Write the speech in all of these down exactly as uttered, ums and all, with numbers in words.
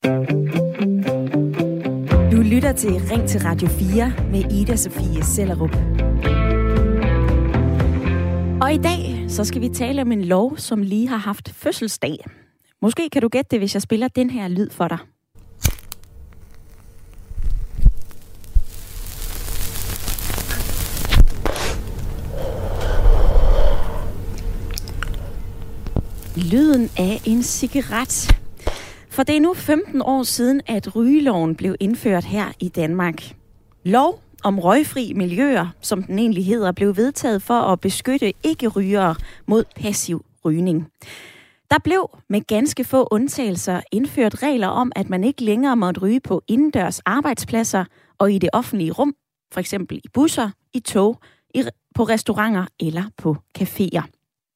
Du lytter til Ring til Radio fire med Ida Sofie Sellerup. Og i dag så skal vi tale om en lov, som lige har haft fødselsdag. Måske kan du gætte det, hvis jeg spiller den her lyd for dig. Lyden af en cigaret. For det er nu femten år siden, at rygeloven blev indført her i Danmark. Lov om røgfri miljøer, som den egentlig hedder, blev vedtaget for at beskytte ikke-rygere mod passiv rygning. Der blev med ganske få undtagelser indført regler om, at man ikke længere måtte ryge på indendørs arbejdspladser og i det offentlige rum, for eksempel i busser, i tog, i, på restauranter eller på caféer.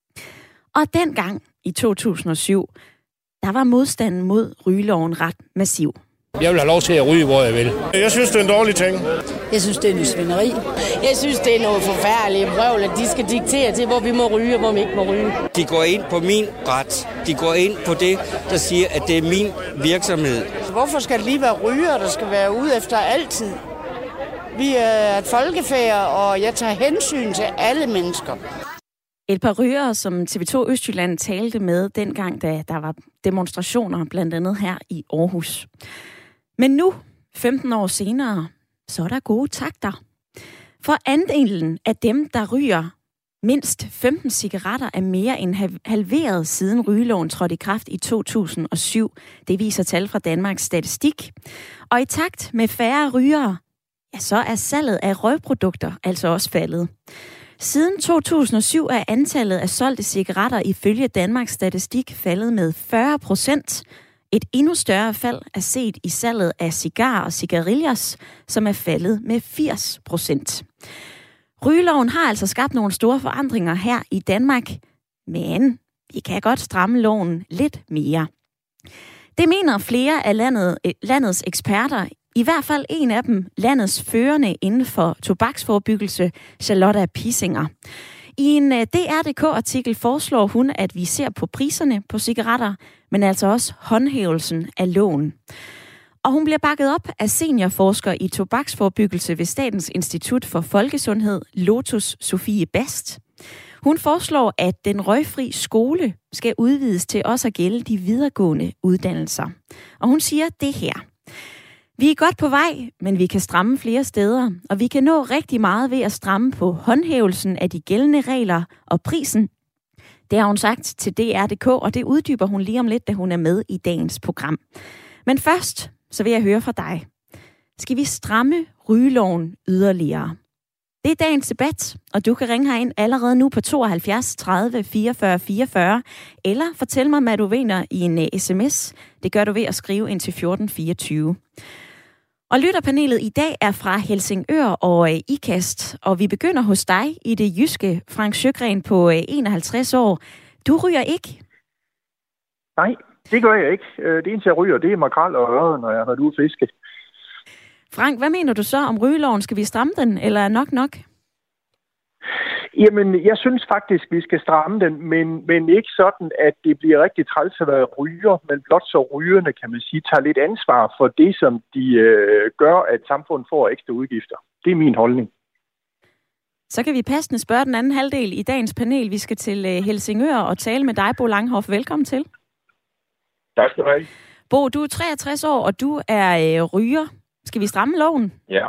Og dengang i to tusind og syv, der var modstanden mod rygeloven ret massiv. Jeg vil have lov til at ryge, hvor jeg vil. Jeg synes, det er en dårlig ting. Jeg synes, det er noget svineri. Jeg synes, det er noget forfærdeligt vrøvl, at de skal diktere til, hvor vi må ryge og hvor vi ikke må ryge. De går ind på min ret. De går ind på det, der siger, at det er min virksomhed. Hvorfor skal det lige være ryger, der skal være ude efter altid? Vi er et folkefærd, og jeg tager hensyn til alle mennesker. Et par rygere, som T V to Østjylland talte med dengang, da der var demonstrationer, blandt andet her i Aarhus. Men nu, femten år senere, så er der gode takter. For andelen af dem, der ryger mindst femten cigaretter, er mere end halveret siden rygeloven trådte i kraft i to tusind og syv. Det viser tal fra Danmarks Statistik. Og i takt med færre rygere, ja, så er salget af røgprodukter altså også faldet. Siden to tusind og syv er antallet af solgte cigaretter ifølge Danmarks Statistik faldet med fyrre procent. Et endnu større fald er set i salget af cigarer og cigarillos, som er faldet med firs procent. Rygeloven har altså skabt nogle store forandringer her i Danmark, men vi kan godt stramme loven lidt mere. Det mener flere af landet, landets eksperter. I hvert fald en af dem, landets førende inden for tobaksforebyggelse, Charlotte Pissinger. I en D R punktum D K-artikel foreslår hun, at vi ser på priserne på cigaretter, men altså også håndhævelsen af loven. Og hun bliver bakket op af seniorforsker i tobaksforebyggelse ved Statens Institut for Folkesundhed, Lotus Sofie Bast. Hun foreslår, at den røgfri skole skal udvides til også at gælde de videregående uddannelser. Og hun siger det her. Vi er godt på vej, men vi kan stramme flere steder, og vi kan nå rigtig meget ved at stramme på håndhævelsen af de gældende regler og prisen. Det har hun sagt til D R punktum D K, og det uddyber hun lige om lidt, da hun er med i dagens program. Men først, så vil jeg høre fra dig. Skal vi stramme rygeloven yderligere? Det er dagens debat, og du kan ringe herind allerede nu på tooghalvfjerds tredive fireogfyrre fireogfyrre, eller fortæl mig, hvad du mener i en uh, sms. Det gør du ved at skrive ind til fjorten fireogtyve. Og lytterpanelet i dag er fra Helsingør og uh, Ikast, og vi begynder hos dig i det jyske. Frank Sjøgren på uh, enoghalvtreds år. Du ryger ikke? Nej, det gør jeg ikke. Det eneste, jeg ryger, det er makrel og ørred, når jeg har været ude at fiske. Frank, hvad mener du så om rygeloven? Skal vi stramme den, eller er nok nok? Jamen, jeg synes faktisk, vi skal stramme den, men, men ikke sådan, at det bliver rigtig træls at være ryger, men blot så rygerne, kan man sige, tager lidt ansvar for det, som de øh, gør, at samfundet får ekstra udgifter. Det er min holdning. Så kan vi passende spørge den anden halvdel i dagens panel. Vi skal til øh, Helsingør og tale med dig, Bo Langhoff. Velkommen til. Tak skal du have. Bo, du er treogtres år, og du er øh, ryger. Skal vi stramme loven? Ja.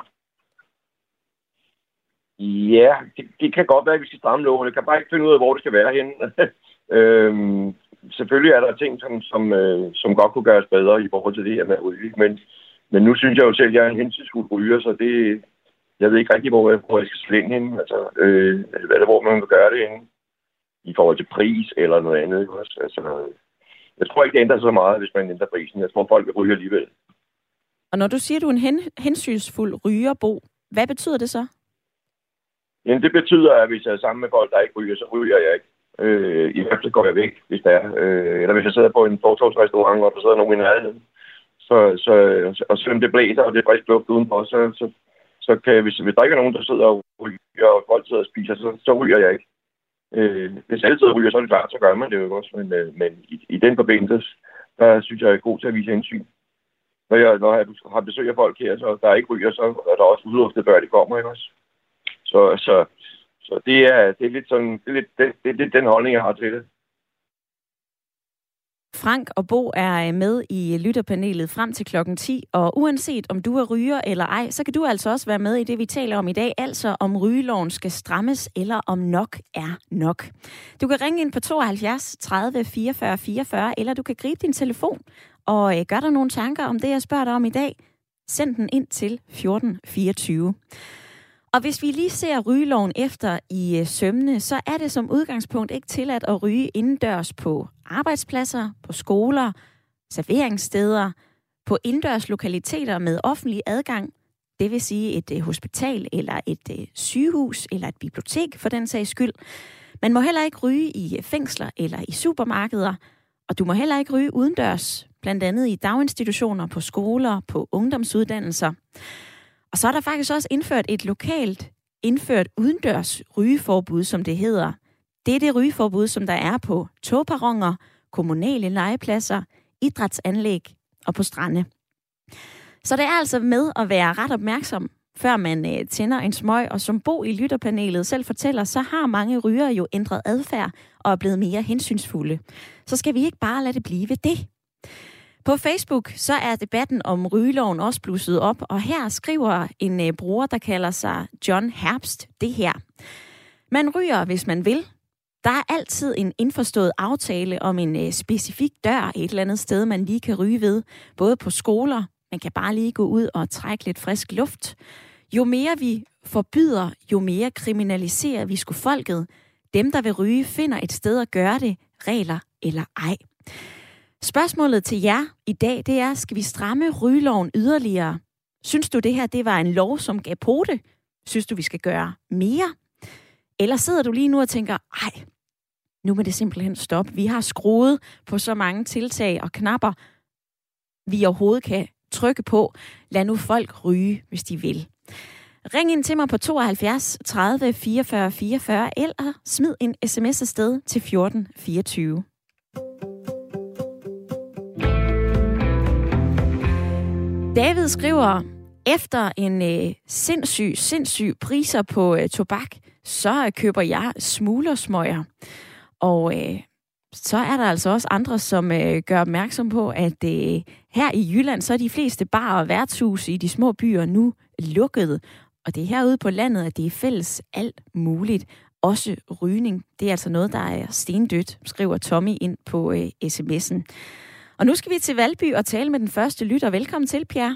Ja, det, det kan godt være, at vi skal stramme loven. Jeg kan bare ikke finde ud af, hvor det skal være henne. øhm, selvfølgelig er der ting, som, som, øh, som godt kunne gøres bedre i forhold til det her med at ryge. Men, men nu synes jeg jo selv, at jeg er en hensynsfuld ryger, så det, jeg ved ikke rigtig, hvor jeg, hvor jeg skal slænge hende. Altså, øh, hvad er det, hvor man vil gøre det henne? I forhold til pris eller noget andet. Altså, jeg tror ikke, det ændrer så meget, hvis man ændrer prisen. Jeg tror, folk vil ryge alligevel. Og når du siger, at du er en hen- hensynsfuld ryger, Bo, hvad betyder det så? Jamen, det betyder, at hvis jeg er sammen med folk, der ikke ryger, så ryger jeg ikke. Øh, I hvert fald går jeg væk, hvis der er. Øh, eller hvis jeg sidder på en fortovsrestaurant, hvor der sidder nogen i nærheden. Så, så, og selvom det blæser, og det er frisk luft udenfor, så, så, så kan jeg, hvis, hvis der ikke er nogen, der sidder og ryger, og folk sidder og spiser, så, så ryger jeg ikke. Øh, hvis alle sidder og ryger, så er det klart, så gør man det jo også. Men, øh, men i, i den forbindelse, der synes jeg, jeg er god til at vise hensyn. når jeg, når jeg har besøg af folk her, så der er ikke ryger, så er der også udluftet, før de kommer, ikke også? Så, så, så det, er, det er lidt sådan, det er lidt, det, det er lidt den holdning, jeg har til det. Frank og Bo er med i lytterpanelet frem til klokken ti, og uanset om du er ryger eller ej, så kan du altså også være med i det, vi taler om i dag, altså om rygeloven skal strammes, eller om nok er nok. Du kan ringe ind på tooghalvfjerds tredive fireogfyrre fireogfyrre, eller du kan gribe din telefon og gør dig nogle tanker om det, jeg spørger dig om i dag. Send den ind til fjorten fireogtyve. Og hvis vi lige ser rygeloven efter i sømne, så er det som udgangspunkt ikke tilladt at ryge indendørs på arbejdspladser, på skoler, serveringssteder, på indendørs lokaliteter med offentlig adgang. Det vil sige et hospital eller et sygehus eller et bibliotek for den sags skyld. Man må heller ikke ryge i fængsler eller i supermarkeder, og du må heller ikke ryge udendørs, blandt andet i daginstitutioner, på skoler, på ungdomsuddannelser. Og så er der faktisk også indført et lokalt indført udendørs rygeforbud, som det hedder. Det er det rygeforbud, som der er på togperroner, kommunale legepladser, idrætsanlæg og på strande. Så det er altså med at være ret opmærksom, før man øh, tænder en smøg, og som Bo i lytterpanelet selv fortæller, så har mange rygere jo ændret adfærd og er blevet mere hensynsfulde. Så skal vi ikke bare lade det blive ved det. På Facebook så er debatten om rygeloven også blusset op, og her skriver en øh, bruger, der kalder sig John Herbst, det her. Man ryger, hvis man vil. Der er altid en indforstået aftale om en øh, specifik dør et eller andet sted, man lige kan ryge ved. Både på skoler, man kan bare lige gå ud og trække lidt frisk luft. Jo mere vi forbyder, jo mere kriminaliserer vi sgu folket. Dem, der vil ryge, finder et sted at gøre det, regler eller ej. Spørgsmålet til jer i dag, det er, skal vi stramme rygeloven yderligere? Synes du, det her det var en lov, som gav pote? Synes du, vi skal gøre mere? Eller sidder du lige nu og tænker, ej, nu må det simpelthen stoppe. Vi har skruet på så mange tiltag og knapper, vi overhovedet kan trykke på. Lad nu folk ryge, hvis de vil. Ring ind til mig på tooghalvfjerds tredive fireogfyrre fireogfyrre, eller smid en sms afsted til fjorten fireogtyve. David skriver, efter en øh, sindssyg, sindssyg priser på øh, tobak, så øh, køber jeg smuglersmøger. Og øh, så er der altså også andre, som øh, gør opmærksom på, at øh, her i Jylland, så er de fleste bar- og værtshus i de små byer nu lukket. Og det er herude på landet, at det er fælles alt muligt. Også rygning. Det er altså noget, der er stendødt, skriver Tommy ind på øh, sms'en. Og nu skal vi til Valby og tale med den første lytter. Velkommen til, Pierre.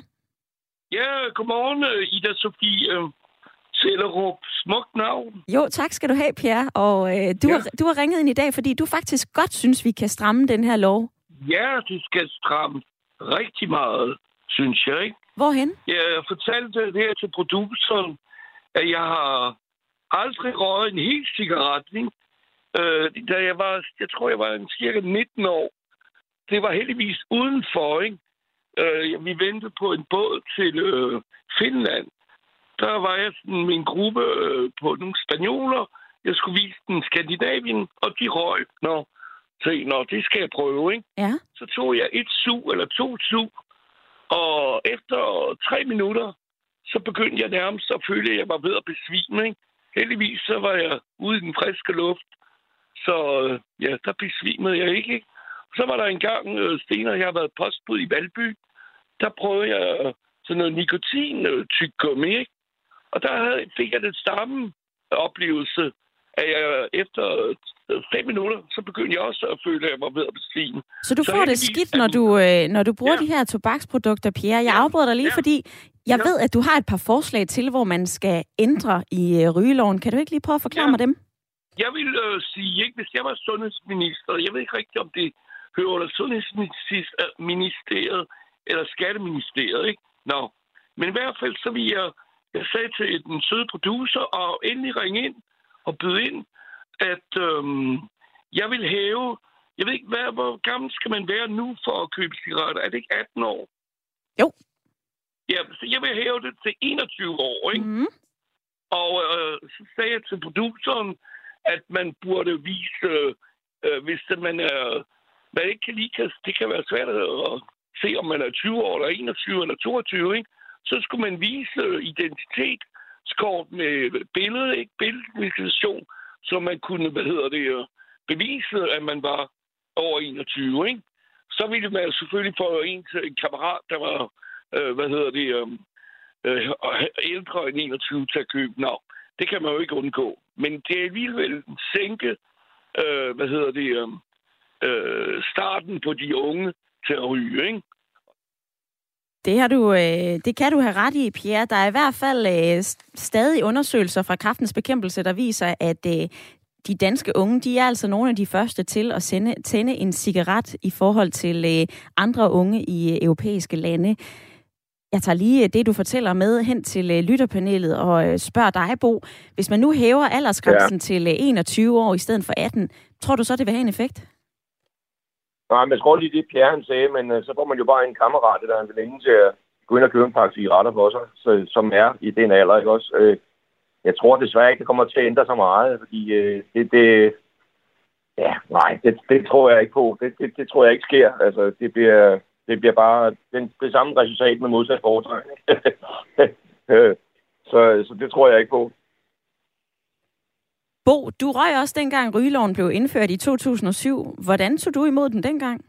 Ja, godmorgen, Ida Sofie Sellerup. Smukt navn. Jo, tak skal du have, Pierre. Og øh, du, ja. har, du har ringet ind i dag, fordi du faktisk godt synes, vi kan stramme den her lov. Ja, det skal stramme rigtig meget, synes jeg, ikke? Hvorhen? Jeg fortalte det her til produceren, at jeg har aldrig røget en hel cigaret, ikke? Øh, da jeg var, jeg tror, jeg var en cirka nitten år. Det var heldigvis udenfor, ikke? Øh, vi ventede på en båd til øh, Finland. Der var jeg sådan med en gruppe øh, på nogle spanioler. Jeg skulle vise den Skandinavien, og de røg. Nå, så nå, det skal jeg prøve, ikke? Ja. Så tog jeg et sug eller to sug, og efter tre minutter, så begyndte jeg nærmest at føle, at jeg var ved at besvime, ikke? Heldigvis så var jeg ude i den friske luft, så øh, ja, der besvimede jeg ikke, ikke? Så var der en gang øh, senere, jeg har været postbud i Valby. Der prøvede jeg øh, sådan noget nikotin-tyggegummi, ikke? Og der havde, fik jeg den samme oplevelse, at jeg efter øh, fem minutter, så begyndte jeg også at føle, at jeg var ved at besvime. Så du så får det skidt, når du, øh, når du bruger ja. de her tobaksprodukter, Pierre. Jeg ja. afbryder dig lige, ja. fordi jeg ja. ved, at du har et par forslag til, hvor man skal ændre i øh, rygeloven. Kan du ikke lige prøve at forklare ja. mig dem? Jeg vil øh, sige, ikke, hvis jeg var sundhedsminister, jeg ved ikke rigtigt, om det hører under Sundhedsministeriet eller Skatteministeriet, ikke? Nå. Men i hvert fald, så vil jeg, jeg sagde til den søde producer, og endelig ringe ind og byde ind, at øhm, jeg vil hæve, jeg ved ikke, hvad, hvor gammel skal man være nu for at købe cigaretter? Er det ikke atten år? Jo. Ja, så jeg vil hæve det til enogtyve år, ikke? Mm. Og øh, så sagde jeg til produceren, at man burde vise, øh, hvis man er... Man ikke kan lide, det kan være svært at se, om man er tyve år, eller enogtyve, eller toogtyve, ikke? Så skulle man vise identitetskort med billede, ikke? Billedvisitation, så man kunne, hvad hedder det, bevise, at man var over enogtyve, ikke? Så ville man selvfølgelig få en til en kammerat, der var, øh, hvad hedder det, øh, ældre end enogtyve til at købe. Nå, det kan man jo ikke undgå. Men det er alligevel en sænke, øh, hvad hedder det, øh, starten på de unge til at ryge, ikke? Det, har du, øh, det kan du have ret i, Pierre. Der er i hvert fald øh, stadig undersøgelser fra Kræftens Bekæmpelse, der viser, at øh, de danske unge, de er altså nogle af de første til at sende, tænde en cigaret i forhold til øh, andre unge i øh, europæiske lande. Jeg tager lige det, du fortæller med hen til øh, lytterpanelet og øh, spørger dig, Bo. Hvis man nu hæver aldersgrænsen ja. til øh, enogtyve år i stedet for atten, tror du så, det vil have en effekt? Nej, men jeg tror lige det, Pierre han sagde, men uh, så får man jo bare en kammerat, der han vil inde til at gå ind og købe en pakke cigaretter for sig, så, som er i den alder, ikke også? Uh, jeg tror desværre ikke, det kommer til at ændre sig meget, fordi uh, det, det, ja, nej, det, det tror jeg ikke på. Det, det, det tror jeg ikke sker. Altså, det bliver, det bliver bare den, det samme resultat med modsat foretegn. så, så det tror jeg ikke på. Bo, du røg også dengang rygeloven blev indført i to tusind og syv. Hvordan tog du imod den dengang?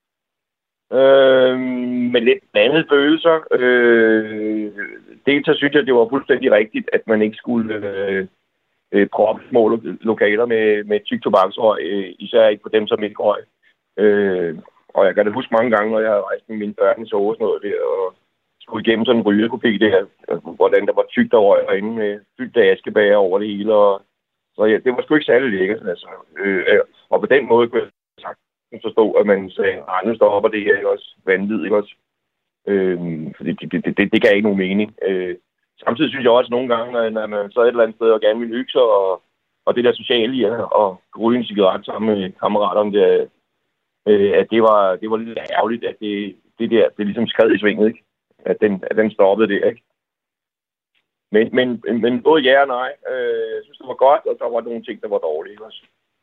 Øh, med lidt blandede følelser. Øh, dels så synes jeg, det var fuldstændig rigtigt, at man ikke skulle øh, øh, proppe små lo- lokaler med, med tyk tobaksrøg, øh, især ikke på dem, som ikke røg. Øh, og jeg kan da huske mange gange, når jeg har rejst med mine børn i sove og sådan noget der, og skulle igennem sådan en rygekopi der, hvordan der var tykt der røg herinde med fyldt af askebager over det hele, og så ja, det var sgu ikke særlig lækkert, altså. Øh, og på den måde kunne jeg sagtens forstå, at man sagde, nej, nu stopper det her, ikke også? Vanvid, ikke også? Øh, fordi det, det, det, det gav ikke nogen mening. Øh, samtidig synes jeg også nogle gange, når man så et eller andet sted og gerne vil hygge sig, og, og det der sociale i, ja, og ryge en cigaret sammen med kammeraterne, der, øh, at det var, det var lidt ærgerligt, at det, det der, det ligesom skred i svinget, ikke? At den, at den stoppede der, ikke? Men, men, men både ja og nej. Øh, jeg synes, det var godt, og der var nogle ting, der var dårlige også.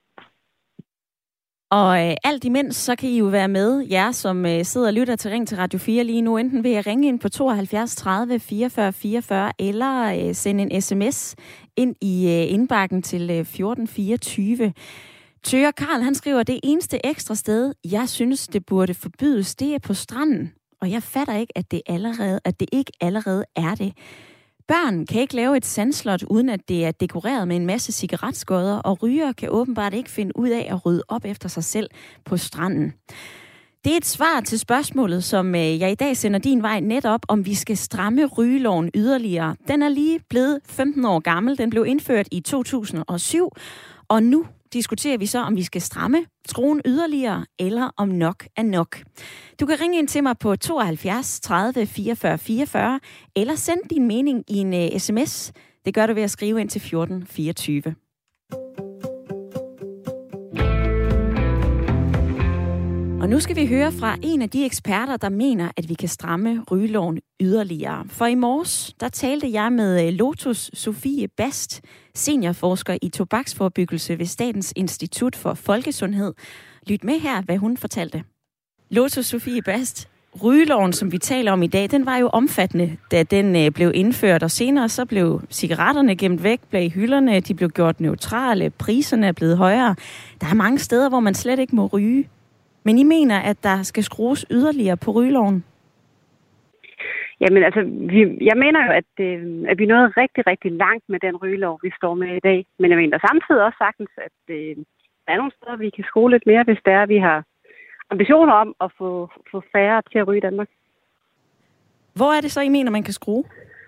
Og øh, alt imens, så kan I jo være med, jer som øh, sidder og lytter til Ring til Radio fire lige nu. Enten ved at ringe ind på tooghalvfjerds tredive fireogfyrre fireogfyrre, eller øh, sende en sms ind i øh, indbakken til øh, fjorten fireogtyve. Tøger Karl, han skriver, det eneste ekstra sted, jeg synes, det burde forbydes, det er på stranden. Og jeg fatter ikke, at det, allerede, at det ikke allerede er det. Børn kan ikke lave et sandslot, uden at det er dekoreret med en masse cigaretskodder, og ryger kan åbenbart ikke finde ud af at rydde op efter sig selv på stranden. Det er et svar til spørgsmålet, som jeg i dag sender din vej netop, om vi skal stramme rygeloven yderligere. Den er lige blevet femten år gammel. Den blev indført i to tusind og syv, og nu diskuterer vi så, om vi skal stramme skruen yderligere, eller om nok er nok. Du kan ringe ind til mig på tooghalvfjerds tredive fireogfyrre fireogfyrre, eller send din mening i en uh, sms. Det gør du ved at skrive ind til fjorten fireogtyve. Og nu skal vi høre fra en af de eksperter, der mener, at vi kan stramme rygeloven yderligere. For i morges, der talte jeg med Lotus Sofie Bast, seniorforsker i tobaksforebyggelse ved Statens Institut for Folkesundhed. Lyt med her, hvad hun fortalte. Lotus Sofie Bast, rygeloven, som vi taler om i dag, den var jo omfattende, da den blev indført, og senere så blev cigaretterne gemt væk, blev hylderne, de blev gjort neutrale, priserne er blevet højere. Der er mange steder, hvor man slet ikke må ryge. Men I mener, at der skal skrues yderligere på rygeloven? Jamen altså, vi, jeg mener jo, at, øh, at vi nåede rigtig, rigtig langt med den rygelov, vi står med i dag. Men jeg mener samtidig også sagtens, at øh, der er nogle steder, vi kan skrue lidt mere, hvis der er, vi har ambitioner om at få, få færre til at ryge i Danmark. Hvor er det så, I mener, man kan skrue?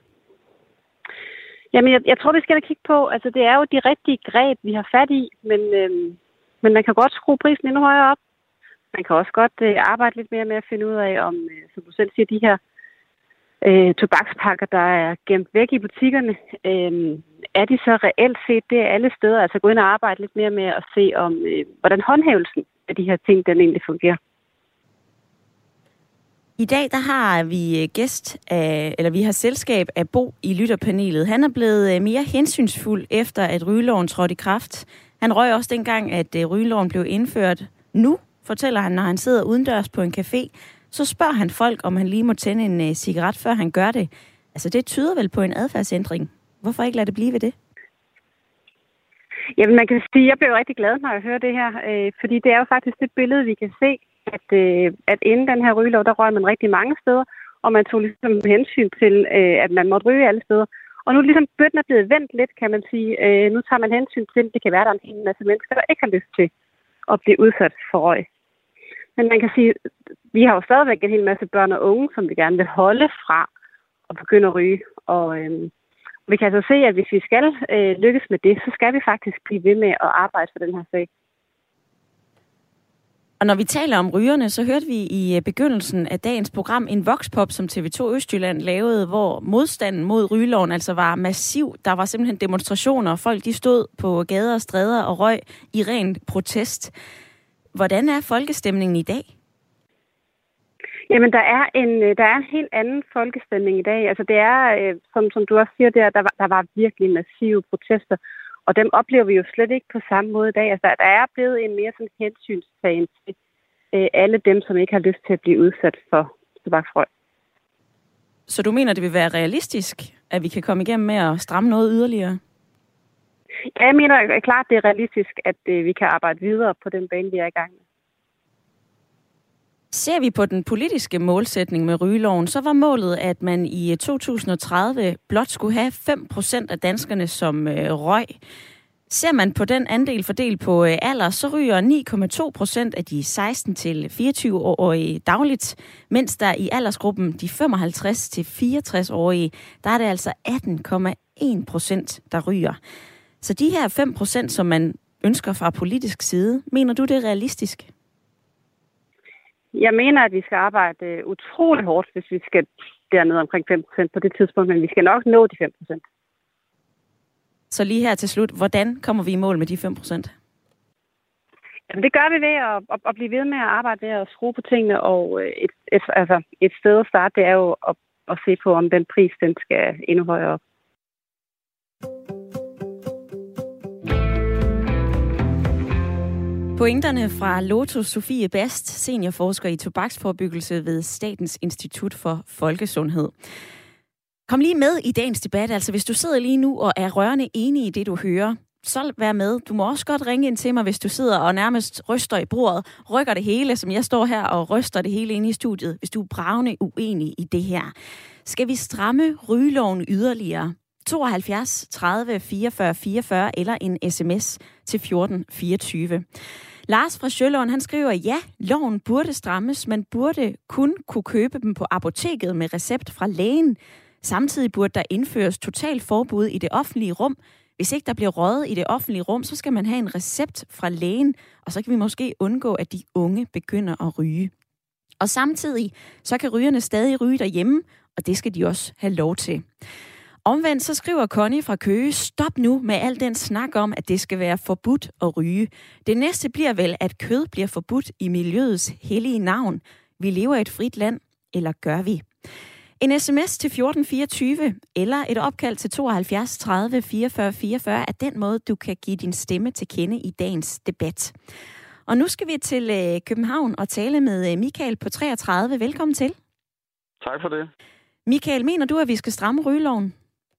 Jamen, jeg, jeg tror, vi skal kigge på, altså det er jo de rigtige greb, vi har fat i, men, øh, men man kan godt skrue prisen endnu højere op. Man kan også godt øh, arbejde lidt mere med at finde ud af, om, øh, som du selv siger, de her øh, tobakspakker, der er gemt væk i butikkerne, øh, er de så reelt set det alle steder? Altså gå ind og arbejde lidt mere med at se, om øh, hvordan håndhævelsen af de her ting, den egentlig fungerer. I dag der har vi gæst af, eller vi har selskab af Bo i lytterpanelet. Han er blevet mere hensynsfuld efter, at rygeloven trådte i kraft. Han røg også dengang, at rygeloven blev indført. Nu fortæller han, når han sidder udendørs på en café, Så spørger han folk, om han lige må tænde en uh, cigaret, før han gør det. Altså, det tyder vel på en adfærdsændring. Hvorfor ikke lade det blive ved det? Jamen, man kan sige, at jeg blev rigtig glad, når jeg hører det her. Øh, fordi det er jo faktisk det billede, vi kan se, at, øh, at inden den her rygelov, der røg man rigtig mange steder, og man tog ligesom hensyn til, øh, at man måtte ryge alle steder. Og nu er ligesom bøtten er blevet vendt lidt, kan man sige. Øh, nu tager man hensyn til, at det kan være, at der er en hel masse mennesker, der ikke har lyst til at blive udsat for røg. Men man kan sige, vi har jo stadigvæk en hel masse børn og unge, som vi gerne vil holde fra at begynde at ryge. Og øh, vi kan altså se, at hvis vi skal øh, lykkes med det, så skal vi faktisk blive ved med at arbejde for den her sag. Og når vi taler om rygerne, så hørte vi i begyndelsen af dagens program en voxpop, som T V to Østjylland lavede, hvor modstanden mod rygeloven altså var massiv. Der var simpelthen demonstrationer, og folk de stod på gader og stræder og røg i ren protest. Hvordan er folkestemningen i dag? Jamen, der er en, der er en helt anden folkestemning i dag. Altså, det er, som, som du også siger, der, der, var, der var virkelig massive protester. Og dem oplever vi jo slet ikke på samme måde i dag. Altså, der er blevet en mere sådan hensynstagen til øh, alle dem, som ikke har lyst til at blive udsat for tobaksrøg. Så du mener, det vil være realistisk, at vi kan komme igennem med at stramme noget yderligere? Ja, jeg mener klart, det er realistisk, at øh, vi kan arbejde videre på den bane, vi er i gang med. Ser vi på den politiske målsætning med rygeloven, så var målet, at man i to tusind og tredive blot skulle have fem procent af danskerne som øh, røg. Ser man på den andel fordelt på øh, alder, så ryger ni komma to procent af de seksten til fireogtyve-årige dagligt, mens der i aldersgruppen de femoghalvtreds til fireogtres-årige, der er det altså atten komma en procent, der ryger. Så de her fem procent, som man ønsker fra politisk side, mener du, det er realistisk? Jeg mener, at vi skal arbejde utrolig hårdt, hvis vi skal dernede omkring fem procent på det tidspunkt, men vi skal nok nå de fem procent. Så lige her til slut, hvordan kommer vi i mål med de fem procent? Jamen, det gør vi ved at, at, at blive ved med at arbejde ved at skrue på tingene, og et, et, altså et sted at starte, det er jo at, at se på, om den pris den skal endnu højere op. Pointerne fra Lotus Sofie Bast, seniorforsker i tobaksforebyggelse ved Statens Institut for Folkesundhed. Kom lige med i dagens debat. Altså, hvis du sidder lige nu og er rørende enig i det, du hører, så vær med. Du må også godt ringe ind til mig, hvis du sidder og nærmest ryster i bordet, rykker det hele, som jeg står her og ryster det hele inde i studiet, hvis du er bravende uenig i det her. Skal vi stramme rygeloven yderligere? tooghalvfjerds tredive fireogfyrre fireogfyrre eller en sms til fjorten fireogtyve. Lars fra Sjølund, han skriver, ja, loven burde strammes, men burde kun kunne købe dem på apoteket med recept fra lægen. Samtidig burde der indføres totalt forbud i det offentlige rum. Hvis ikke der bliver røget i det offentlige rum, så skal man have en recept fra lægen, og så kan vi måske undgå, at de unge begynder at ryge. Og samtidig, så kan rygerne stadig ryge derhjemme, og det skal de også have lov til. Omvendt så skriver Connie fra Køge, stop nu med al den snak om, at det skal være forbudt at ryge. Det næste bliver vel, at kød bliver forbudt i miljøets hellige navn. Vi lever i et frit land, eller gør vi? En sms til fjorten fireogtyve eller et opkald til tooghalvfjerds tredive fireogfyrre fireogfyrre er den måde, du kan give din stemme til kende i dagens debat. Og nu skal vi til øh, København og tale med øh, Michael på treogtredive. Velkommen til. Tak for det. Michael, mener du, at vi skal stramme rygeloven?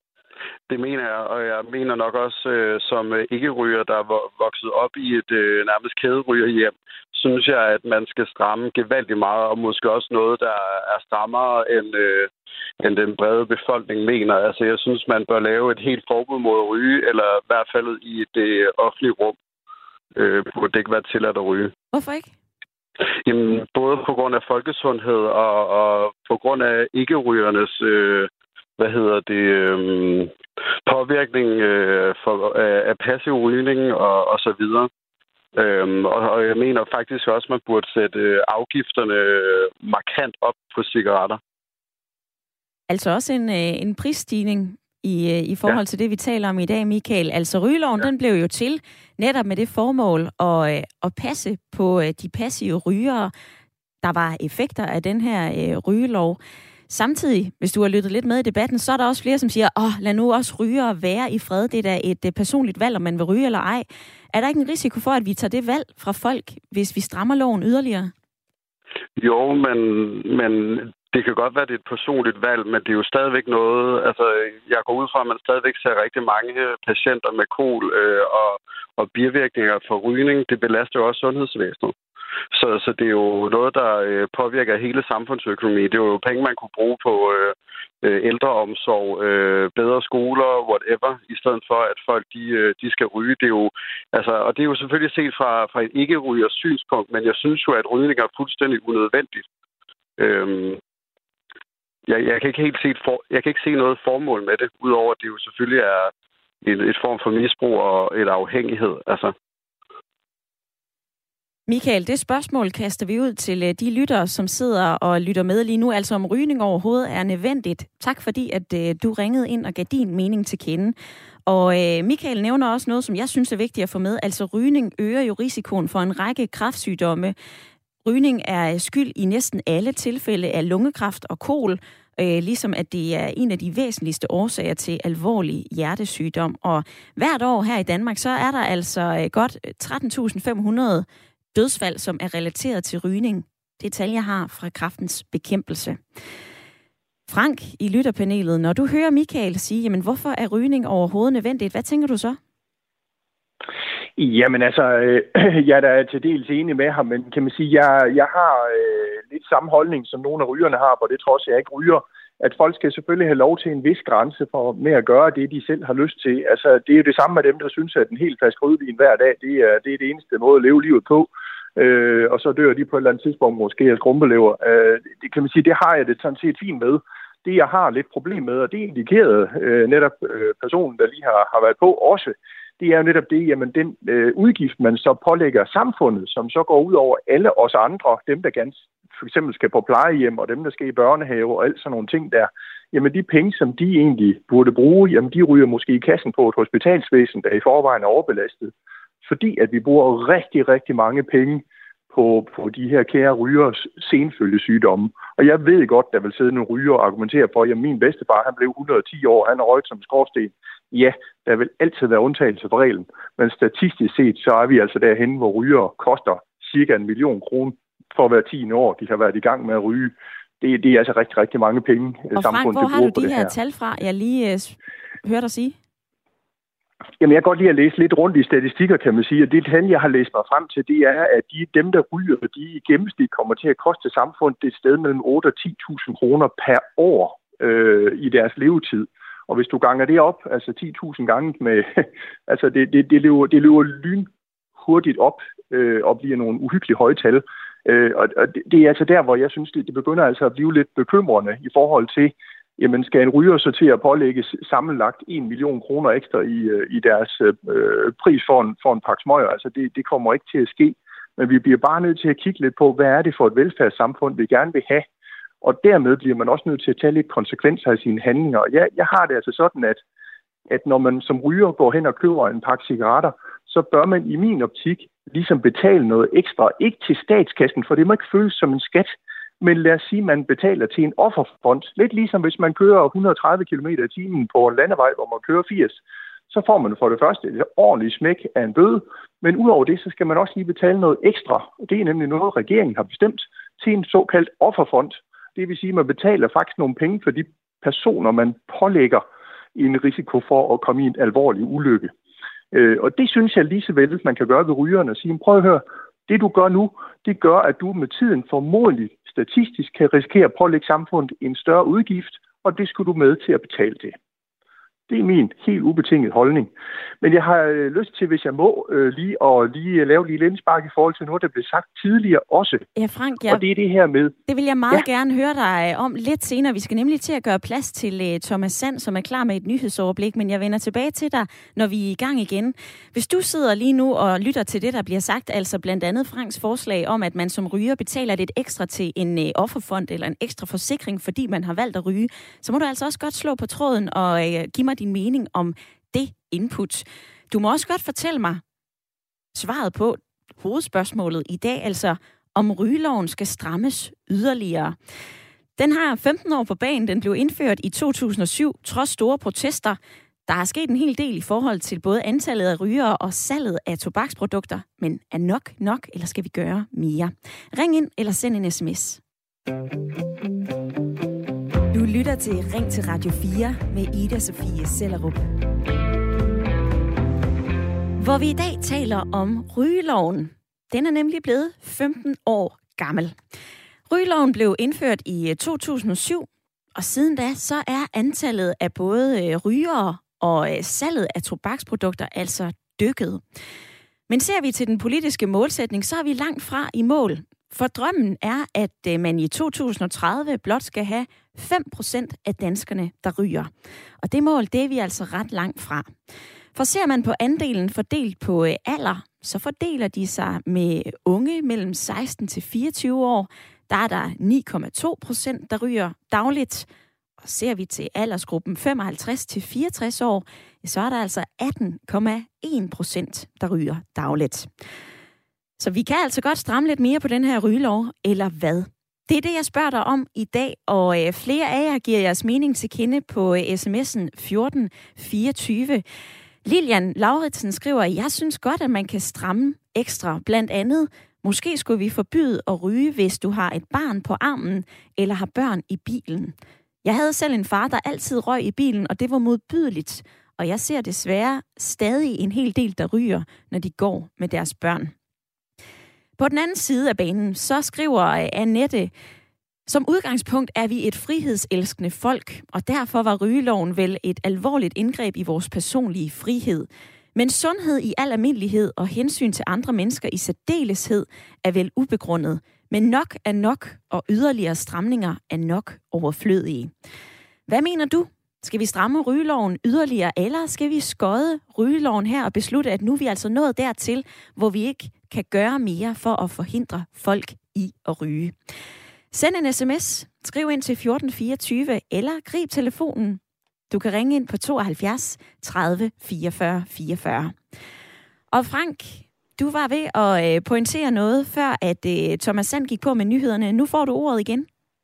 Det mener jeg, og jeg mener nok også, øh, som ikke-ryger, der er vokset op i et øh, nærmest kæderygerhjem, synes jeg, at man skal stramme gevaldigt meget, og måske også noget, der er strammere, end, øh, end den brede befolkning mener. Altså, jeg synes, man bør lave et helt forbud mod at ryge, eller i hvert fald i det offentlige rum, øh, burde det ikke være tilladt at ryge. Hvorfor ikke? Jamen, både på grund af folkesundhed og, og på grund af ikke-rygernes øh, hvad hedder det, øh, påvirkning øh, for, øh, af passiv rygning og, og så videre. Øhm, og, og jeg mener faktisk også, at man burde sætte øh, afgifterne markant op på cigaretter. Altså også en, øh, en prisstigning i, øh, i forhold ja. til det, vi taler om i dag, Michael. Altså rygeloven, ja. den blev jo til netop med det formål at, øh, at passe på øh, de passive rygere. Der var effekter af den her øh, rygelov. Samtidig, hvis du har lyttet lidt med i debatten, så er der også flere, som siger, åh, lad nu også rygere være i fred. Det er da et personligt valg, om man vil ryge eller ej. Er der ikke en risiko for, at vi tager det valg fra folk, hvis vi strammer loven yderligere? Jo, men, men det kan godt være, at det er et personligt valg, men det er jo stadigvæk noget... Altså, jeg går ud fra, at man stadigvæk ser rigtig mange patienter med kol øh, og, og bivirkninger for rygning. Det belaster jo også sundhedsvæsenet. Så, så det er jo noget, der øh, påvirker hele samfundsøkonomi. Det er jo penge, man kunne bruge på øh, ældreomsorg, øh, bedre skoler, whatever, i stedet for, at folk de, øh, de skal ryge. Det er jo, altså, og det er jo selvfølgelig set fra, fra et ikke-rygers synspunkt, men jeg synes jo, at rygning er fuldstændig unødvendigt. Øhm, jeg, jeg, kan ikke helt se et for, jeg kan ikke se noget formål med det, udover at det jo selvfølgelig er et, et form for misbrug og et afhængighed. Altså. Michael, det spørgsmål kaster vi ud til de lyttere, som sidder og lytter med lige nu, altså om rygning overhovedet er nødvendigt. Tak fordi, at uh, du ringede ind og gav din mening til kende. Og uh, Michael nævner også noget, som jeg synes er vigtigt at få med. Altså rygning øger jo risikoen for en række kræftsygdomme. Rygning er skyld i næsten alle tilfælde af lungekræft og kol, øh, ligesom at det er en af de væsentligste årsager til alvorlig hjertesygdom. Og hvert år her i Danmark, så er der altså godt tretten tusind fem hundrede dødsfald, som er relateret til rygning. Det tal, jeg har fra Kræftens Bekæmpelse. Frank i lytterpanelet, når du hører Michael sige, jamen hvorfor er rygning overhovedet nødvendigt? Hvad tænker du så? Jamen altså, øh, jeg er da til dels enig med ham, men kan man sige, jeg, jeg har øh, lidt samme holdning, som nogle af rygerne har, hvor det trods jeg ikke ryger, at folk skal selvfølgelig have lov til en vis grænse for med at gøre det, de selv har lyst til. Altså, det er jo det samme med dem, der synes, at en hel flaske rødvin hver dag, det er det, er det eneste måde at leve livet på. Øh, og så dør de på et eller andet tidspunkt måske af skrumpelever. Øh, det kan man sige, det har jeg det sådan set fint med. Det, jeg har lidt problem med, og det indikerede øh, netop øh, personen, der lige har, har været på også, det er jo netop det, jamen den øh, udgift, man så pålægger samfundet, som så går ud over alle os andre, dem der gerne for eksempel skal på plejehjem, og dem der skal i børnehave og alt sådan nogle ting der, jamen de penge, som de egentlig burde bruge, jamen de ryger måske i kassen på et hospitalsvæsen, der i forvejen er overbelastet. Fordi at vi bruger rigtig, rigtig mange penge på, på de her kære rygers senfølgesygdomme. Og jeg ved godt, der vil sidde nogle ryger og argumentere for, at min bedstefar, han blev et hundrede og ti år, han har røget som skorsten. Ja, der vil altid være undtagelse for reglen. Men statistisk set, så er vi altså derhen, hvor ryger koster cirka en million kroner for hver tiende år, de har været i gang med at ryge. Det, det er altså rigtig, rigtig mange penge, og samfundet Frank, hvor har du de her, her tal fra, jeg lige uh, hørte dig sige? Jamen, jeg kan godt lide at læse lidt rundt i statistikker, kan man sige, og det tal, jeg har læst mig frem til, det er, at de, dem, der ryger, de i gennemsnit kommer til at koste samfundet et sted mellem otte og ti tusind kroner per år øh, i deres levetid. Og hvis du ganger det op, altså ti tusind gange med, altså det, det, det, løber, det løber lynhurtigt op øh, og bliver nogle uhyggelige høje tal. Øh, og og det, det er altså der, hvor jeg synes, det, det begynder altså at blive lidt bekymrende i forhold til, jamen skal en ryger så til at pålægges sammenlagt en million kroner ekstra i, i deres øh, pris for en, for en pakke smøger? Altså det, det kommer ikke til at ske. Men vi bliver bare nødt til at kigge lidt på, hvad er det for et velfærdssamfund, vi gerne vil have. Og dermed bliver man også nødt til at tage lidt konsekvenser af sine handlinger. Og jeg, jeg har det altså sådan, at, at når man som ryger går hen og køber en pakke cigaretter, så bør man i min optik ligesom betale noget ekstra. Ikke til statskassen, for det må ikke føles som en skat. Men lad os sige, at man betaler til en offerfond. Lidt ligesom hvis man kører et hundrede og tredive kilometer i timen på en landevej, hvor man kører firs. Så får man for det første et ordentligt smæk af en bøde. Men udover det, så skal man også lige betale noget ekstra. Det er nemlig noget, regeringen har bestemt til en såkaldt offerfond. Det vil sige, at man betaler faktisk nogle penge for de personer, man pålægger i en risiko for at komme i en alvorlig ulykke. Og det synes jeg lige så vel, man kan gøre ved rygerne og sige, prøv at høre, det du gør nu, det gør, at du med tiden formodentlig statistisk kan risikere at pålægge samfundet en større udgift, og det skulle du med til at betale til. Det er min helt ubetinget holdning. Men jeg har øh, lyst til, hvis jeg må, øh, lige at lige lave lige indspark i forhold til noget, der blev sagt tidligere også. Ja, Frank, ja. Og det er det her med... Det vil jeg meget ja. gerne høre dig om lidt senere. Vi skal nemlig til at gøre plads til uh, Thomas Sand, som er klar med et nyhedsoverblik, men jeg vender tilbage til dig, når vi er i gang igen. Hvis du sidder lige nu og lytter til det, der bliver sagt, altså blandt andet Franks forslag om, at man som ryger betaler lidt ekstra til en uh, offerfond eller en ekstra forsikring, fordi man har valgt at ryge, så må du altså også godt slå på tråden og uh, give mig din mening om det input. Du må også godt fortælle mig svaret på hovedspørgsmålet i dag, altså om rygeloven skal strammes yderligere. Den har femten år på banen. Den blev indført i to tusind og syv, trods store protester. Der er sket en hel del i forhold til både antallet af rygere og salget af tobaksprodukter. Men er nok nok, eller skal vi gøre mere? Ring ind eller send en sms. Du lytter til Ring til Radio fire med Ida Sofie Sellerup. Hvor vi i dag taler om rygeloven. Den er nemlig blevet femten år gammel. Rygeloven blev indført i to tusind og syv, og siden da så er antallet af både rygere og salget af tobaksprodukter altså dykket. Men ser vi til den politiske målsætning, så er vi langt fra i mål. For drømmen er, at man i to tusind og tredive blot skal have fem procent af danskerne, der ryger. Og det mål, det er vi altså ret langt fra. For ser man på andelen fordelt på alder, så fordeler de sig med unge mellem seksten til fireogtyve år. Der er der ni komma to procent, der ryger dagligt. Og ser vi til aldersgruppen femoghalvtreds til fireogtres år, så er der altså atten komma en procent, der ryger dagligt. Så vi kan altså godt stramme lidt mere på den her rygelov, eller hvad? Det er det, jeg spørger dig om i dag, og øh, flere af jer giver jeres mening til kende på øh, sms'en fjorten fireogtyve. Lilian Lauritsen skriver, jeg synes godt, at man kan stramme ekstra. Blandt andet, måske skulle vi forbyde at ryge, hvis du har et barn på armen eller har børn i bilen. Jeg havde selv en far, der altid røg i bilen, og det var modbydeligt. Og jeg ser desværre stadig en hel del, der ryger, når de går med deres børn. På den anden side af banen, så skriver Annette, som udgangspunkt er vi et frihedselskende folk, og derfor var rygeloven vel et alvorligt indgreb i vores personlige frihed. Men sundhed i al almindelighed og hensyn til andre mennesker i særdeleshed er vel ubegrundet. Men nok er nok, og yderligere stramninger er nok overflødige. Hvad mener du? Skal vi stramme rygeloven yderligere, eller skal vi skøde rygeloven her og beslutte, at nu er vi altså nået dertil, hvor vi ikke kan gøre mere for at forhindre folk i at ryge? Send en sms, skriv ind til fjorten fireogtyve, eller grib telefonen. Du kan ringe ind på tooghalvfjerds tredive fireogfyrre fireogfyrre. Og Frank, du var ved at pointere noget, før at Thomas Sand gik på med nyhederne. Nu får du ordet igen.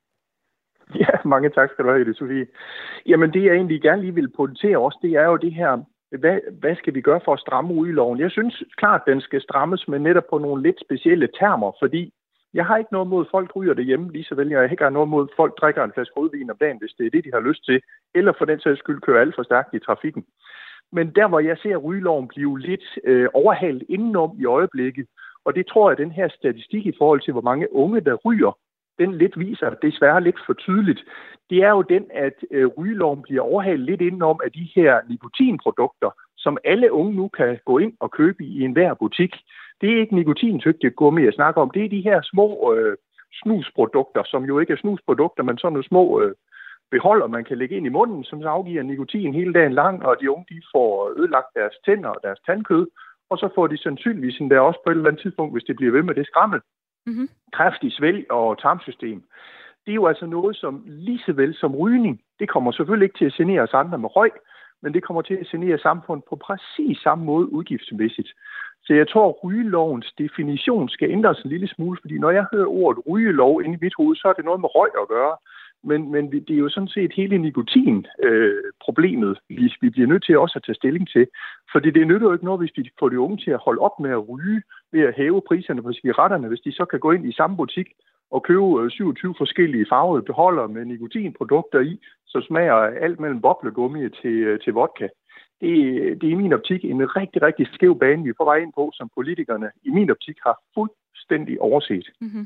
Ja, mange tak skal du have, det, Sofie. Jamen det, jeg egentlig gerne lige vil pointere også, det er jo det her, hvad, hvad skal vi gøre for at stramme rygeloven? Jeg synes klart, den skal strammes, men netop på nogle lidt specielle termer, fordi jeg har ikke noget mod, folk ryger derhjemme, lige så vel jeg ikke har noget mod, folk drikker en flaske rødvin om dagen, hvis det er det, de har lyst til, eller for den sags skyld kører alt for stærkt i trafikken. Men der, hvor jeg ser rygeloven blive lidt øh, overhalet indenom i øjeblikket, og det tror jeg, den her statistik i forhold til, hvor mange unge, der ryger, den lidt viser, desværre lidt for tydeligt, det er jo den, at øh, rygeloven bliver overhalet lidt indenom af de her nikotinprodukter, som alle unge nu kan gå ind og købe i enhver butik. Det er ikke nikotintygtige gummi, jeg snakker om. Det er de her små øh, snusprodukter, som jo ikke er snusprodukter, men sådan nogle små øh, beholder, man kan lægge ind i munden, som så afgiver nikotin hele dagen lang, og de unge de får ødelagt deres tænder og deres tandkød, og så får de sandsynligvis endda også på et eller andet tidspunkt, hvis det bliver ved med det skrammel, mm-hmm. kræft i svælg og tarmsystem. Det er jo altså noget, som lige så vel som rygning, det kommer selvfølgelig ikke til at genere os andre med røg, men det kommer til at genere samfundet på præcis samme måde udgiftsmæssigt. Så jeg tror, at rygelovens definition skal ændres en lille smule, fordi når jeg hører ordet rygelov inde i mit hoved, så er det noget med røg at gøre. Men, men det er jo sådan set hele nikotin-problemet, øh, hvis vi bliver nødt til også at tage stilling til. Fordi det nytter jo ikke noget, hvis vi får de unge til at holde op med at ryge ved at hæve priserne på cigaretterne, hvis de så kan gå ind i samme butik og købe syvogtyve forskellige farvede beholdere med nikotinprodukter i, så smager alt mellem boblegummi til, til vodka. Det, det er i min optik en rigtig, rigtig skæv bane, vi er på vej ind på, som politikerne i min optik har fuldstændig overset. Mm-hmm.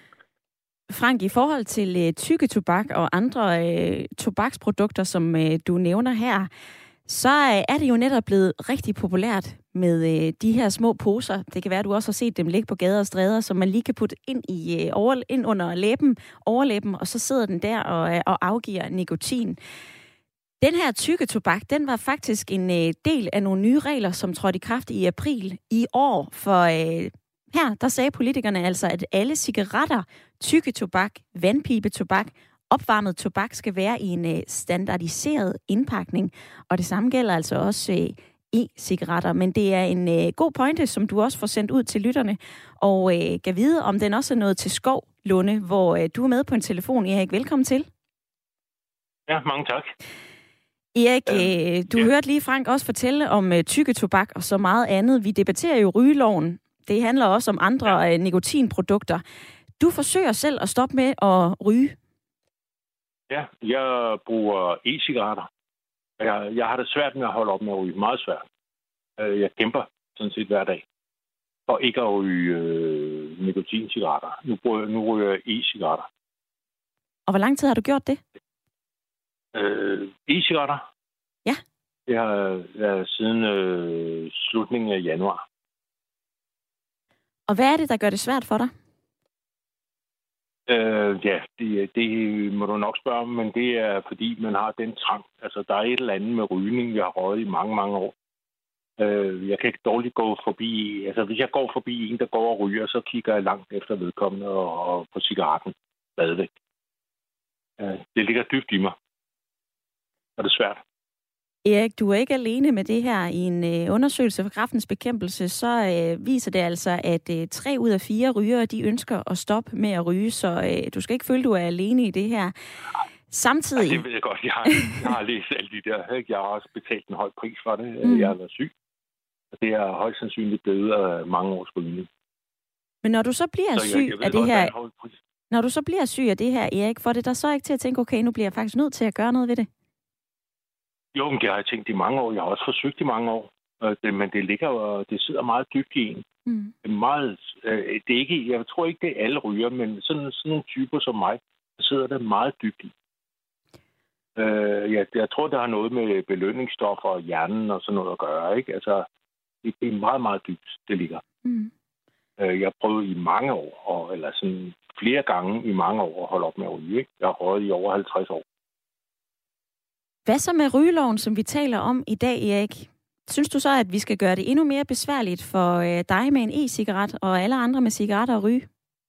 Frank, i forhold til øh, tykketobak og andre øh, tobaksprodukter, som øh, du nævner her, så øh, er det jo netop blevet rigtig populært med øh, de her små poser. Det kan være, at du også har set dem ligge på gader og stræder, som man lige kan putte ind, i, øh, over, ind under læben, overlæben, og så sidder den der og, øh, og afgiver nikotin. Den her tykketobak, den var faktisk en øh, del af nogle nye regler, som trådte i kraft i april i år. For øh, her, der sagde politikerne altså, at alle cigaretter, tykketobak, vandpibetobak, opvarmet tobak skal være i en øh, standardiseret indpakning. Og det samme gælder altså også øh, e-cigaretter. Men det er en øh, god pointe, som du også får sendt ud til lytterne. Og øh, kan vide, om den også er noget til Skov, Lunde, hvor øh, du er med på en telefon. Erik, velkommen til. Ja, mange tak. Erik, øh, du ja. hørte lige Frank også fortælle om uh, tykketobak og så meget andet. Vi debatterer jo rygeloven. Det handler også om andre ja. uh, nikotinprodukter. Du forsøger selv at stoppe med at ryge. Ja, jeg bruger e-cigaretter. Jeg, jeg har det svært med at holde op med at ryge. Meget svært. Jeg kæmper sådan set hver dag for ikke at ryge øh, nikotincigaretter. Nu, bruger, nu ryger jeg e-cigaretter. Og hvor lang tid har du gjort det? Øh, e-cigaretter? Ja. Jeg har ja, siden øh, slutningen af januar. Og hvad er det, der gør det svært for dig? Øh, ja, det, det må du nok spørge om, men det er fordi, man har den trang. Altså, der er et eller andet med rygning, jeg har røget i mange, mange år. Øh, jeg kan ikke dårligt gå forbi... Altså, hvis jeg går forbi en, der går og ryger, så kigger jeg langt efter vedkommende og, og på cigaretten stadigvæk. Øh, det ligger dybt i mig. Og det er svært. Erik, du er ikke alene med det her. I en øh, undersøgelse for Kræftens Bekæmpelse, så øh, viser det altså, at øh, tre ud af fire rygere, de ønsker at stoppe med at ryge, så øh, du skal ikke føle, du er alene i det her. Samtidig... Ja, det ved jeg godt. Jeg har, jeg har læst alle de der. Ikke? Jeg har også betalt en høj pris for det. Mm. Jeg har været syg. Og det er højst sandsynligt blevet af mange års rygning. Men når du så bliver så syg jeg, jeg af det godt, her... Når du så bliver syg af det her, Erik, får det dig så ikke til at tænke, okay, nu bliver jeg faktisk nødt til at gøre noget ved det? Jo, men det har jeg tænkt i mange år. Jeg har også forsøgt i mange år. Det, men det ligger og det sidder meget dybt i en. Mm. Det er meget, øh, det er ikke, jeg tror ikke, det er alle ryger, men sådan, sådan nogle typer som mig, der sidder der meget dybt i. Øh, ja, jeg tror, det har noget med belønningsstoffer og hjernen og sådan noget at gøre. Ikke? Altså, det, det er meget, meget dybt, det ligger. Mm. Øh, jeg har prøvet i mange år, og, eller sådan flere gange i mange år at holde op med at ryge. Ikke? Jeg har røget i over halvtreds år. Hvad så med rygeloven, som vi taler om i dag, Erik? Synes du så, at vi skal gøre det endnu mere besværligt for øh, dig med en e-cigaret og alle andre med cigaretter at ryge?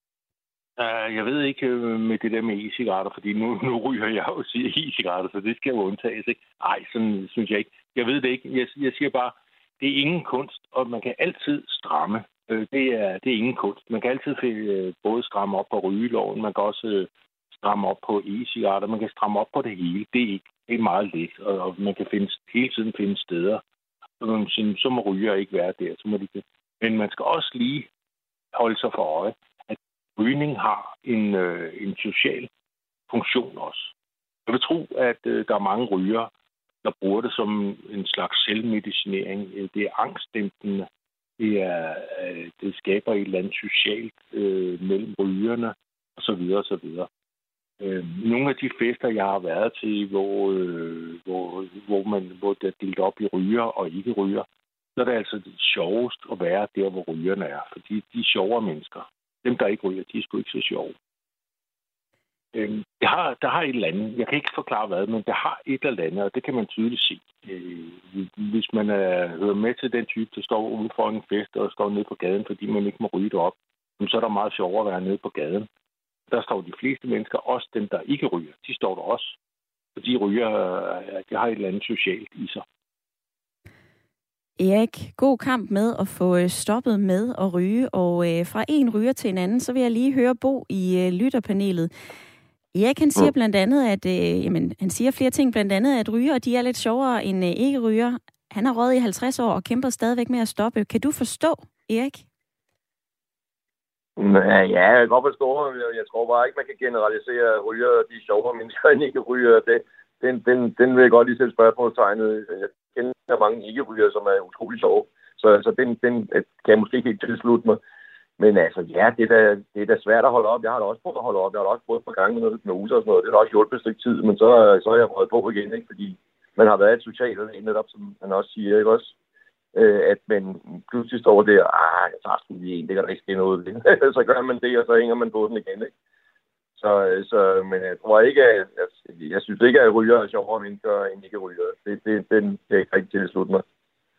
Uh, jeg ved ikke uh, med det der med e-cigaretter, fordi nu, nu ryger jeg jo e-cigaretter, så det skal jo undtages. Ikke? Ej, sådan synes jeg ikke. Jeg ved det ikke. Jeg, jeg siger bare, det er ingen kunst, og man kan altid stramme. Uh, det, er, det er ingen kunst. Man kan altid uh, både stramme op på rygeloven, man kan også uh, stramme op på e-cigaretter, man kan stramme op på det hele. Det er ikke. Det er meget let, og man kan finde, hele tiden finde steder. Så, så må ryger ikke være der. Så må de... Men man skal også lige holde sig for øje, at rygning har en, øh, en social funktion også. Jeg vil tro, at øh, der er mange rygere, der bruger det som en slags selvmedicinering. Det er angstdæmpende. Det, er, øh, det skaber et eller andet socialt øh, mellem rygerne, osv. osv. Øh, nogle af de fester, jeg har været til, hvor, øh, hvor, hvor, man, hvor det er delt op i ryger og ikke ryger, så er det altså det sjovest at være der, hvor rygerne er. Fordi de er sjovere mennesker. Dem, der ikke ryger, de er sgu ikke så sjove. Øh, det har, der har et eller andet. Jeg kan ikke forklare hvad, men det har et eller andet, og det kan man tydeligt se. Øh, hvis man er, hører med til den type, der står ude for en fest og står nede på gaden, fordi man ikke må ryge derop, så er der meget sjovere at være nede på gaden. Der står de fleste mennesker, også dem, der ikke ryger, de står der også. For de ryger, de har et eller andet socialt i sig. Erik, god kamp med at få stoppet med at ryge. Og øh, fra en ryger til en anden, så vil jeg lige høre Bo i øh, lytterpanelet. Erik, han siger blandt andet, at øh, jamen, han siger flere ting, blandt andet, at ryger, de er lidt sjovere end øh, ikke ryger. Han har røget i halvtreds år og kæmper stadigvæk med at stoppe. Kan du forstå, Erik? Ja, jeg kan godt forstå. Jeg tror bare ikke, man kan generalisere ryger, de sjovere mennesker end ikke ryger. Det, den, den, den vil jeg godt lige sætte spørgsmålstegnet. Jeg kender mange ikke ryger, som er utrolig sjove. Så, så den, den kan jeg måske ikke helt tilslutte mig. Men altså, ja, det er, da, det er da svært at holde op. Jeg har da også prøvet at holde op. Jeg har da også prøvet på gang med noget hypnose og sådan noget. Det har da også hjulpet et stykke tid, men så, så er jeg røget på igen, ikke? Fordi man har været et socialt netop, som man også siger, ikke også? At man pludselig står der, ah, jeg tager sgu lige en, det kan der ikke ske noget ved. Så gør man det, og så hænger man på den igen, ikke? Så, så men jeg tror ikke, at jeg, jeg synes ikke, at ryger er sjovere mennesker end ikke ryger. Det, det, den kan jeg ikke rigtig tilslutte mig.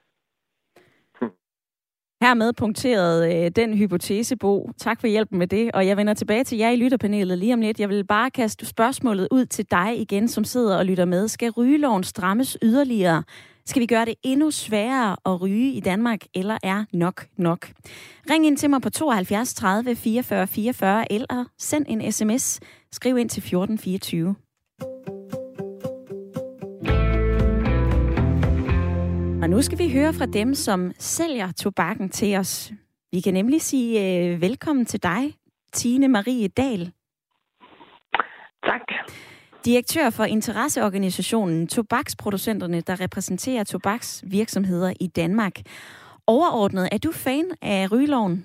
Hermed punkteret øh, den hypotese, Bo. Tak for hjælpen med det, og jeg vender tilbage til jer i lytterpanelet lige om lidt. Jeg vil bare kaste spørgsmålet ud til dig igen, som sidder og lytter med. Skal rygeloven strammes yderligere? Skal vi gøre det endnu sværere at ryge i Danmark, eller er nok nok? Ring ind til mig på tooghalvfjerds tredive fireogfyrre fireogfyrre, eller send en sms. Skriv ind til fjorten fireogtyve. Og nu skal vi høre fra dem, som sælger tobakken til os. Vi kan nemlig sige øh, velkommen til dig, Tine Marie Dahl. Tak. Direktør for interesseorganisationen Tobaksproducenterne, der repræsenterer tobaksvirksomheder i Danmark. Overordnet, er du fan af rygeloven?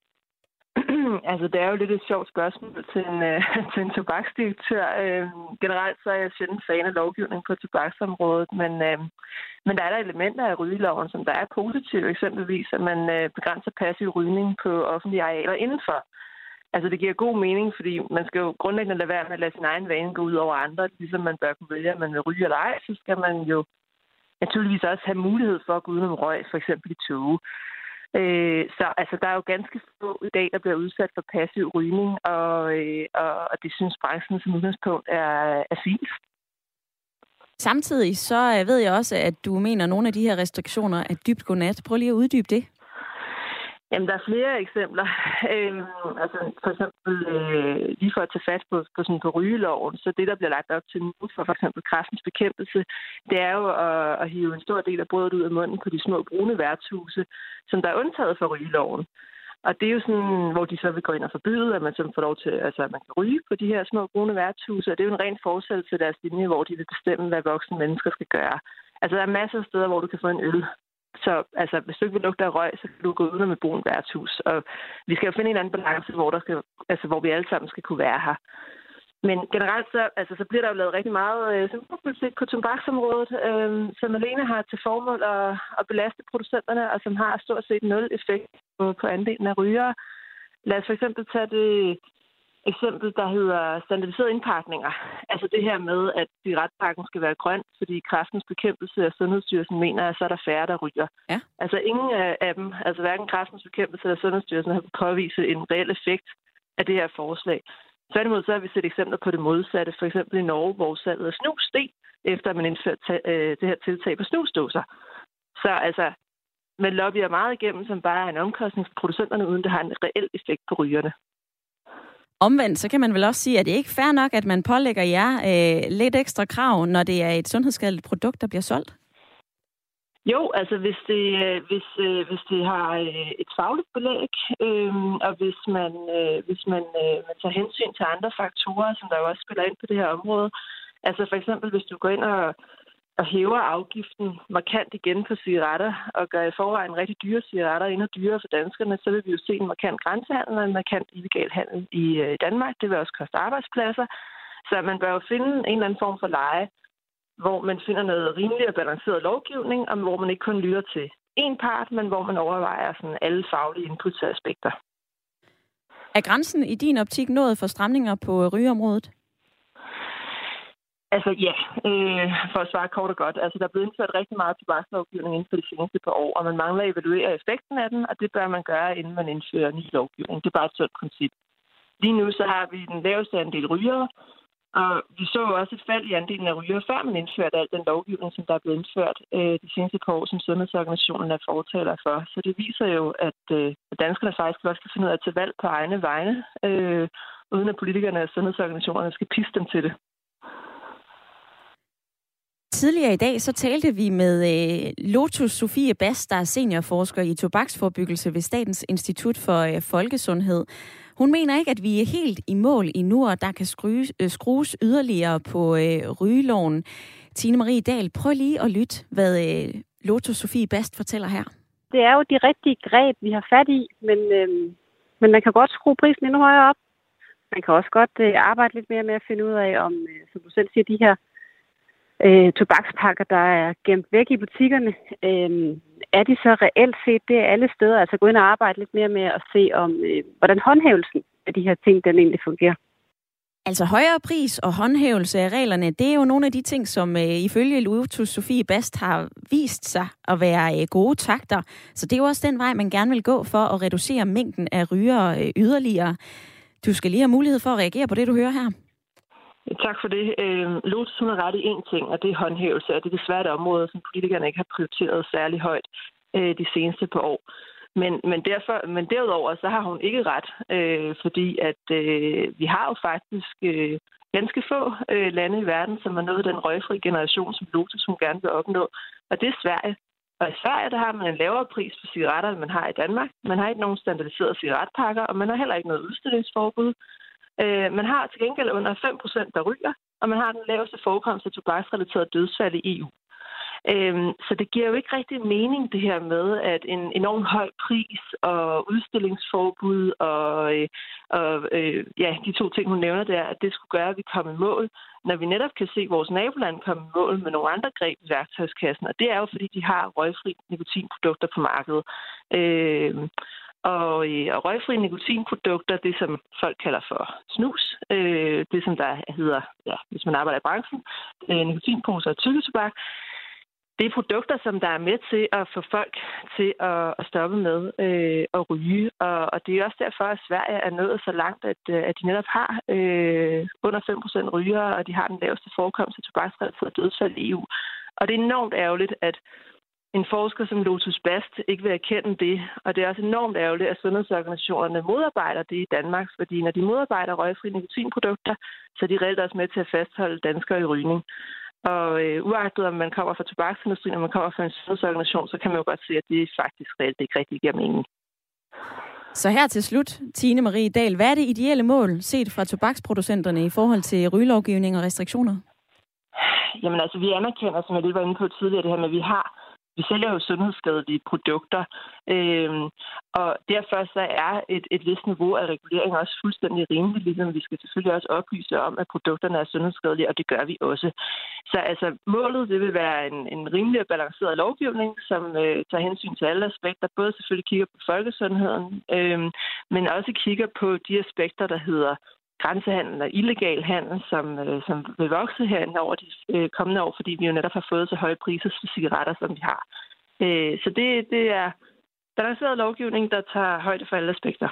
Altså, det er jo lidt et sjovt spørgsmål til en, uh, til en tobaksdirektør. Uh, generelt så er jeg sjældent fan af lovgivning på tobaksområdet, men, uh, men der er der elementer af rygeloven, som der er positive, eksempelvis at man uh, begrænser passiv rygning på offentlige arealer indenfor. Altså, det giver god mening, fordi man skal jo grundlæggende lade være med at lade sin egen vane gå ud over andre, ligesom man bør kunne vælge, at man vil ryge eller ej, så skal man jo naturligvis også have mulighed for at gå udenom røg, for eksempel i tog. Øh, så altså, der er jo ganske få i dag, der bliver udsat for passiv rygning, og, øh, og, og det synes branchen som udgangspunkt er, er fint. Samtidig så ved jeg også, at du mener, at nogle af de her restriktioner er dybt godnat. Prøv lige at uddybe det. Jamen, der er flere eksempler. Øh, altså, for eksempel, øh, lige for at tage fat på, på, sådan, på rygeloven, så det, der bliver lagt op til nu for for eksempel kræftens bekæmpelse, det er jo at, at hive en stor del af brødet ud af munden på de små brune værtshuse, som der er undtaget for rygeloven. Og det er jo sådan, hvor de så vil gå ind og forbyde, at man så får lov til, altså, at man kan ryge på de her små brune værtshuse, og det er jo en ren forsættelse til deres linje, hvor de vil bestemme, hvad voksne mennesker skal gøre. Altså, der er masser af steder, hvor du kan få en øl. Så altså, hvis du ikke vil lugte af røg, så kan du gå ud med brun værtshus. Og vi skal jo finde en anden balance, hvor, der skal, altså, hvor vi alle sammen skal kunne være her. Men generelt så, altså, så bliver der jo lavet rigtig meget øh, symbolpolitik på tobaksområdet, øh, som alene har til formål at, at belaste producenterne, og som har stort set nul effekt på, på andelen af rygere. Lad os for eksempel tage det eksempel, der hedder standardiserede indpakninger. Altså det her med, at cigaretpakken skal være grøn, fordi kræftens bekæmpelse og Sundhedsstyrelsen mener, at så er der færre, der ryger. Ja. Altså ingen af dem, altså hverken kræftens bekæmpelse eller Sundhedsstyrelsen, har kunnet påvise en reel effekt af det her forslag. Tværtimod så har vi set eksempler på det modsatte, for eksempel i Norge, hvor salget af snus steg, efter at man indførte det her tiltag på snusdåser. Så altså, man lobbyer meget igennem, som bare er en omkostning for producenterne, uden det har en reel effekt på rygerne. Omvendt, så kan man vel også sige, at det ikke er fair nok, at man pålægger jer øh, lidt ekstra krav, når det er et sundhedsskadeligt produkt, der bliver solgt? Jo, altså hvis det, hvis, hvis det har et fagligt belæg, øh, og hvis man, øh, hvis man, øh, man tager hensyn til andre faktorer, som der jo også spiller ind på det her område. Altså for eksempel, hvis du går ind og og hæver afgiften markant igen på cigaretter, og gør i forvejen rigtig dyre cigaretter endnu dyrere for danskerne, så vil vi jo se en markant grænsehandel og en markant illegal handel i Danmark. Det vil også koste arbejdspladser. Så man bør jo finde en eller anden form for leje, hvor man finder noget rimelig og balanceret lovgivning, og hvor man ikke kun lytter til én part, men hvor man overvejer sådan alle faglige inputsaspekter. Er grænsen i din optik nået for stramninger på rygeområdet? Altså ja, øh, for at svare kort og godt. Altså der er blevet indført rigtig meget tobakslovgivning inden for de seneste par år, og man mangler at evaluere effekten af den, og det bør man gøre, inden man indfører ny lovgivning. Det er bare et sundt princip. Lige nu så har vi den laveste andel rygere, og vi så jo også et fald i andelen af rygere, før man indførte al den lovgivning, som der er blevet indført øh, de seneste par år, som Sundhedsorganisationen er fortaler for. Så det viser jo, at, øh, at danskerne faktisk også kan finde ud af at tage valg på egne vegne, øh, uden at politikerne og Sundhedsorganisationerne skal pisse dem til det. Tidligere i dag så talte vi med øh, Lotus Sofie Bast, der er seniorforsker i tobaksforebyggelse ved Statens Institut for øh, Folkesundhed. Hun mener ikke, at vi er helt i mål endnu, og der kan skrues, øh, skrues yderligere på øh, rygeloven. Tine Marie Dahl, prøv lige at lytte, hvad øh, Lotus Sofie Bast fortæller her. Det er jo de rigtige greb, vi har fat i, men, øh, men man kan godt skrue prisen endnu højere op. Man kan også godt øh, arbejde lidt mere med at finde ud af, om, øh, som du selv siger, de her Øh, tobakspakker, der er gemt væk i butikkerne, øh, er de så reelt set det alle steder? Altså gå ind og arbejde lidt mere med at se, om øh, hvordan håndhævelsen af de her ting, den egentlig fungerer. Altså højere pris og håndhævelse af reglerne, det er jo nogle af de ting, som øh, ifølge Lotus Sofie Bast har vist sig at være øh, gode takter. Så det er jo også den vej, man gerne vil gå for at reducere mængden af rygere øh, yderligere. Du skal lige have mulighed for at reagere på det, du hører her. Tak for det. Øh, Lotus hun har ret i én ting, og det er håndhævelse, og det er desværre et område, som politikerne ikke har prioriteret særlig højt øh, de seneste par år. Men, men, derfor, men derudover så har hun ikke ret, øh, fordi at øh, vi har jo faktisk øh, ganske få øh, lande i verden, som har nået den røgfri generation, som Lotus hun gerne vil opnå, og det er Sverige. Og i Sverige, der har man en lavere pris på cigaretter, end man har i Danmark. Man har ikke nogen standardiserede cigaretpakker, og man har heller ikke noget udstillingsforbud. Øh, man har til gengæld under fem procent, der ryger, og man har den laveste forekomst af tobaksrelaterede dødsfald i E U. Øhm, så det giver jo ikke rigtig mening, det her med, at en enorm høj pris og udstillingsforbud og, øh, og øh, ja, de to ting, hun nævner der, at det skulle gøre, at vi kommer i mål, når vi netop kan se vores naboland komme i mål med nogle andre greb i værktøjskassen. Og det er jo, fordi de har røgfri nikotinprodukter på markedet. Øh, Og, og røgfri nikotinprodukter, det som folk kalder for snus, øh, det som der hedder, ja, hvis man arbejder i branchen, øh, nikotinposer og tyggetobak, det er produkter, som der er med til at få folk til at, at stoppe med øh, at ryge. Og, og det er også derfor, at Sverige er nået så langt, at, at de netop har øh, under fem procent rygere, og de har den laveste forekomst af tobaksrelateret dødsfald i E U. Og det er enormt ærgerligt, at en forsker som Lotus Bast ikke vil erkende det, og det er også enormt ærgerligt, at sundhedsorganisationerne modarbejder det i Danmark, fordi når de modarbejder røgfri nikotinprodukter, så er de reelt også med til at fastholde danskere i rygning. Og øh, uagtet om man kommer fra tobaksindustrien, og man kommer fra en sundhedsorganisation, så kan man jo godt se, at det faktisk reelt ikke rigtig giver mening. Så her til slut, Tine Marie Dahl, hvad er det ideelle mål set fra tobaksproducenterne i forhold til rygelovgivning og restriktioner? Jamen altså, vi anerkender, som jeg lige var inde på tidligere, det her med, at vi har Vi sælger jo sundhedsskadelige produkter, øhm, og derfor så er et, et vist niveau af regulering også fuldstændig rimeligt, ligesom vi skal selvfølgelig også oplyse om, at produkterne er sundhedsskadelige, og det gør vi også. Så altså, målet det vil være en, en rimelig og balanceret lovgivning, som øh, tager hensyn til alle aspekter, både selvfølgelig kigger på folkesundheden, øhm, men også kigger på de aspekter, der hedder grænsehandel og illegal handel, som, øh, som vil vokse herinde over de øh, kommende år, fordi vi jo netop har fået så høje priser for cigaretter, som vi har. Øh, så det, det er balanceret lovgivning, der tager højde for alle aspekter.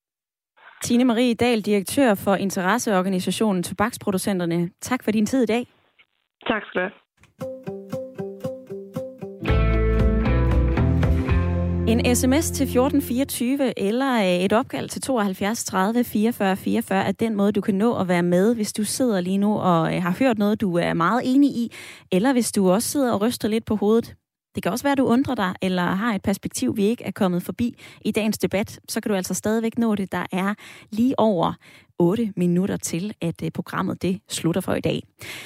Tine Marie Dahl, direktør for interesseorganisationen Tobaksproducenterne. Tak for din tid i dag. Tak skal du have. En sms til fjorten fireogtyve eller et opkald til tooghalvfjerds tredive fireogfyrre fireogfyrre er den måde, du kan nå at være med, hvis du sidder lige nu og har hørt noget, du er meget enig i, eller hvis du også sidder og ryster lidt på hovedet. Det kan også være, at du undrer dig, eller har et perspektiv, vi ikke er kommet forbi i dagens debat. Så kan du altså stadigvæk nå det. Der er lige over otte minutter til, at programmet det slutter for i dag.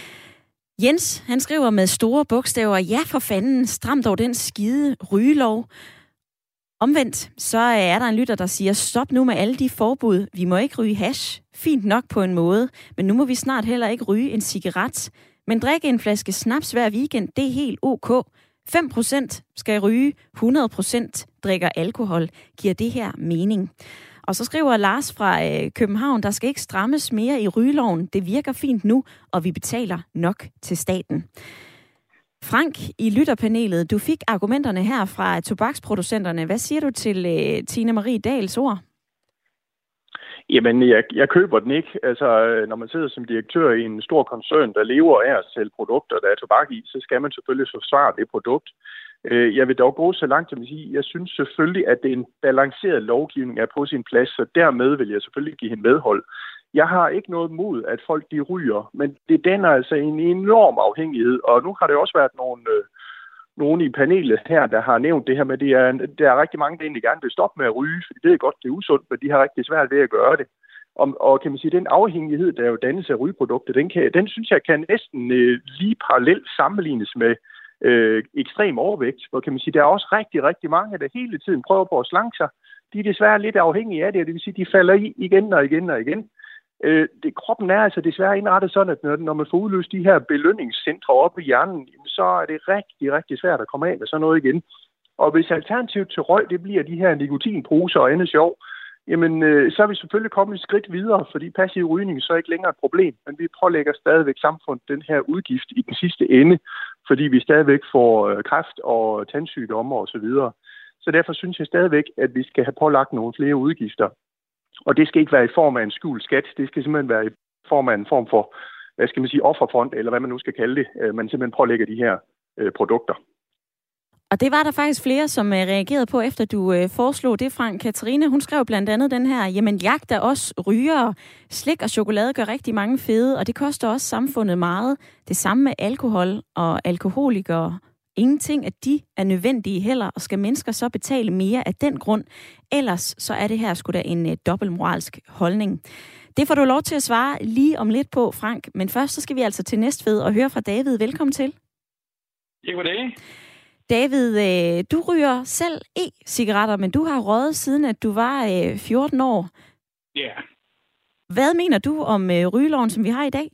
Jens, han skriver med store bogstaver, ja for fanden, stram dog den skide rygelov. Omvendt, så er der en lytter, der siger, stop nu med alle de forbud. Vi må ikke ryge hash. Fint nok på en måde, men nu må vi snart heller ikke ryge en cigaret. Men drikke en flaske snaps hver weekend, det er helt ok. fem procent skal ryge, hundrede procent drikker alkohol. Giver det her mening? Og så skriver Lars fra øh, København, der skal ikke strammes mere i rygeloven. Det virker fint nu, og vi betaler nok til staten. Frank i lytterpanelet, du fik argumenterne her fra tobaksproducenterne. Hvad siger du til uh, Tine Marie Dahls ord? Jamen, jeg, jeg køber den ikke. Altså, når man sidder som direktør i en stor koncern, der lever af at sælge produkter, der er tobak i, så skal man selvfølgelig forsvare det produkt. Jeg vil dog gå så langt som at sige, jeg synes selvfølgelig, at det er en balanceret lovgivning er på sin plads, så dermed vil jeg selvfølgelig give hende medhold. Jeg har ikke noget mod, at folk de ryger, men det danner altså en enorm afhængighed, og nu har det også været nogle, øh, nogle i panelet her, der har nævnt det her med, at er, der er rigtig mange, der egentlig gerne vil stoppe med at ryge, for det er godt, det er usundt, men de har rigtig svært ved at gøre det. Og, og kan man sige, den afhængighed, der jo dannes af rygeprodukter, den, kan, den synes jeg kan næsten øh, lige parallelt sammenlignes med øh, ekstrem overvægt, hvor kan man sige, der er også rigtig, rigtig mange, der hele tiden prøver på at slanke sig. De er desværre lidt afhængige af det, og det vil sige, de falder i igen og igen og igen. Øh, det, kroppen er altså desværre indrettet sådan, at når, når man får udløst de her belønningscentre op i hjernen, så er det rigtig, rigtig svært at komme af med sådan noget igen. Og hvis alternativet til røg, det bliver de her nikotinposer og andet sjov, jamen øh, så er vi selvfølgelig kommet et skridt videre, fordi passiv rygning så er ikke længere et problem. Men vi pålægger stadigvæk samfundet den her udgift i den sidste ende, fordi vi stadigvæk får øh, kræft og tandsygdomme og så videre. Så derfor synes jeg stadigvæk, at vi skal have pålagt nogle flere udgifter. Og det skal ikke være i form af en skjult skat. Det skal simpelthen være i form af en form for, hvad skal man sige, offerfond, eller hvad man nu skal kalde det. Man simpelthen pålægger de her øh, produkter. Og det var der faktisk flere, som reagerede på, efter du øh, foreslog det, Frank. Katarina, hun skrev blandt andet den her, jamen jagt er også ryger. Slik og chokolade gør rigtig mange fede, og det koster også samfundet meget. Det samme med alkohol og alkoholikere. ingenting, at de er nødvendige heller, og skal mennesker så betale mere af den grund? Ellers så er det her sgu da en uh, dobbeltmoralsk holdning. Det får du lov til at svare lige om lidt på, Frank. Men først så skal vi altså til Næstved og høre fra David. Velkommen til. Ja, goddag. David, øh, du ryger selv e-cigaretter, men du har røget siden, at du var øh, fjorten år. Ja. Yeah. Hvad mener du om øh, rygeloven, som vi har i dag?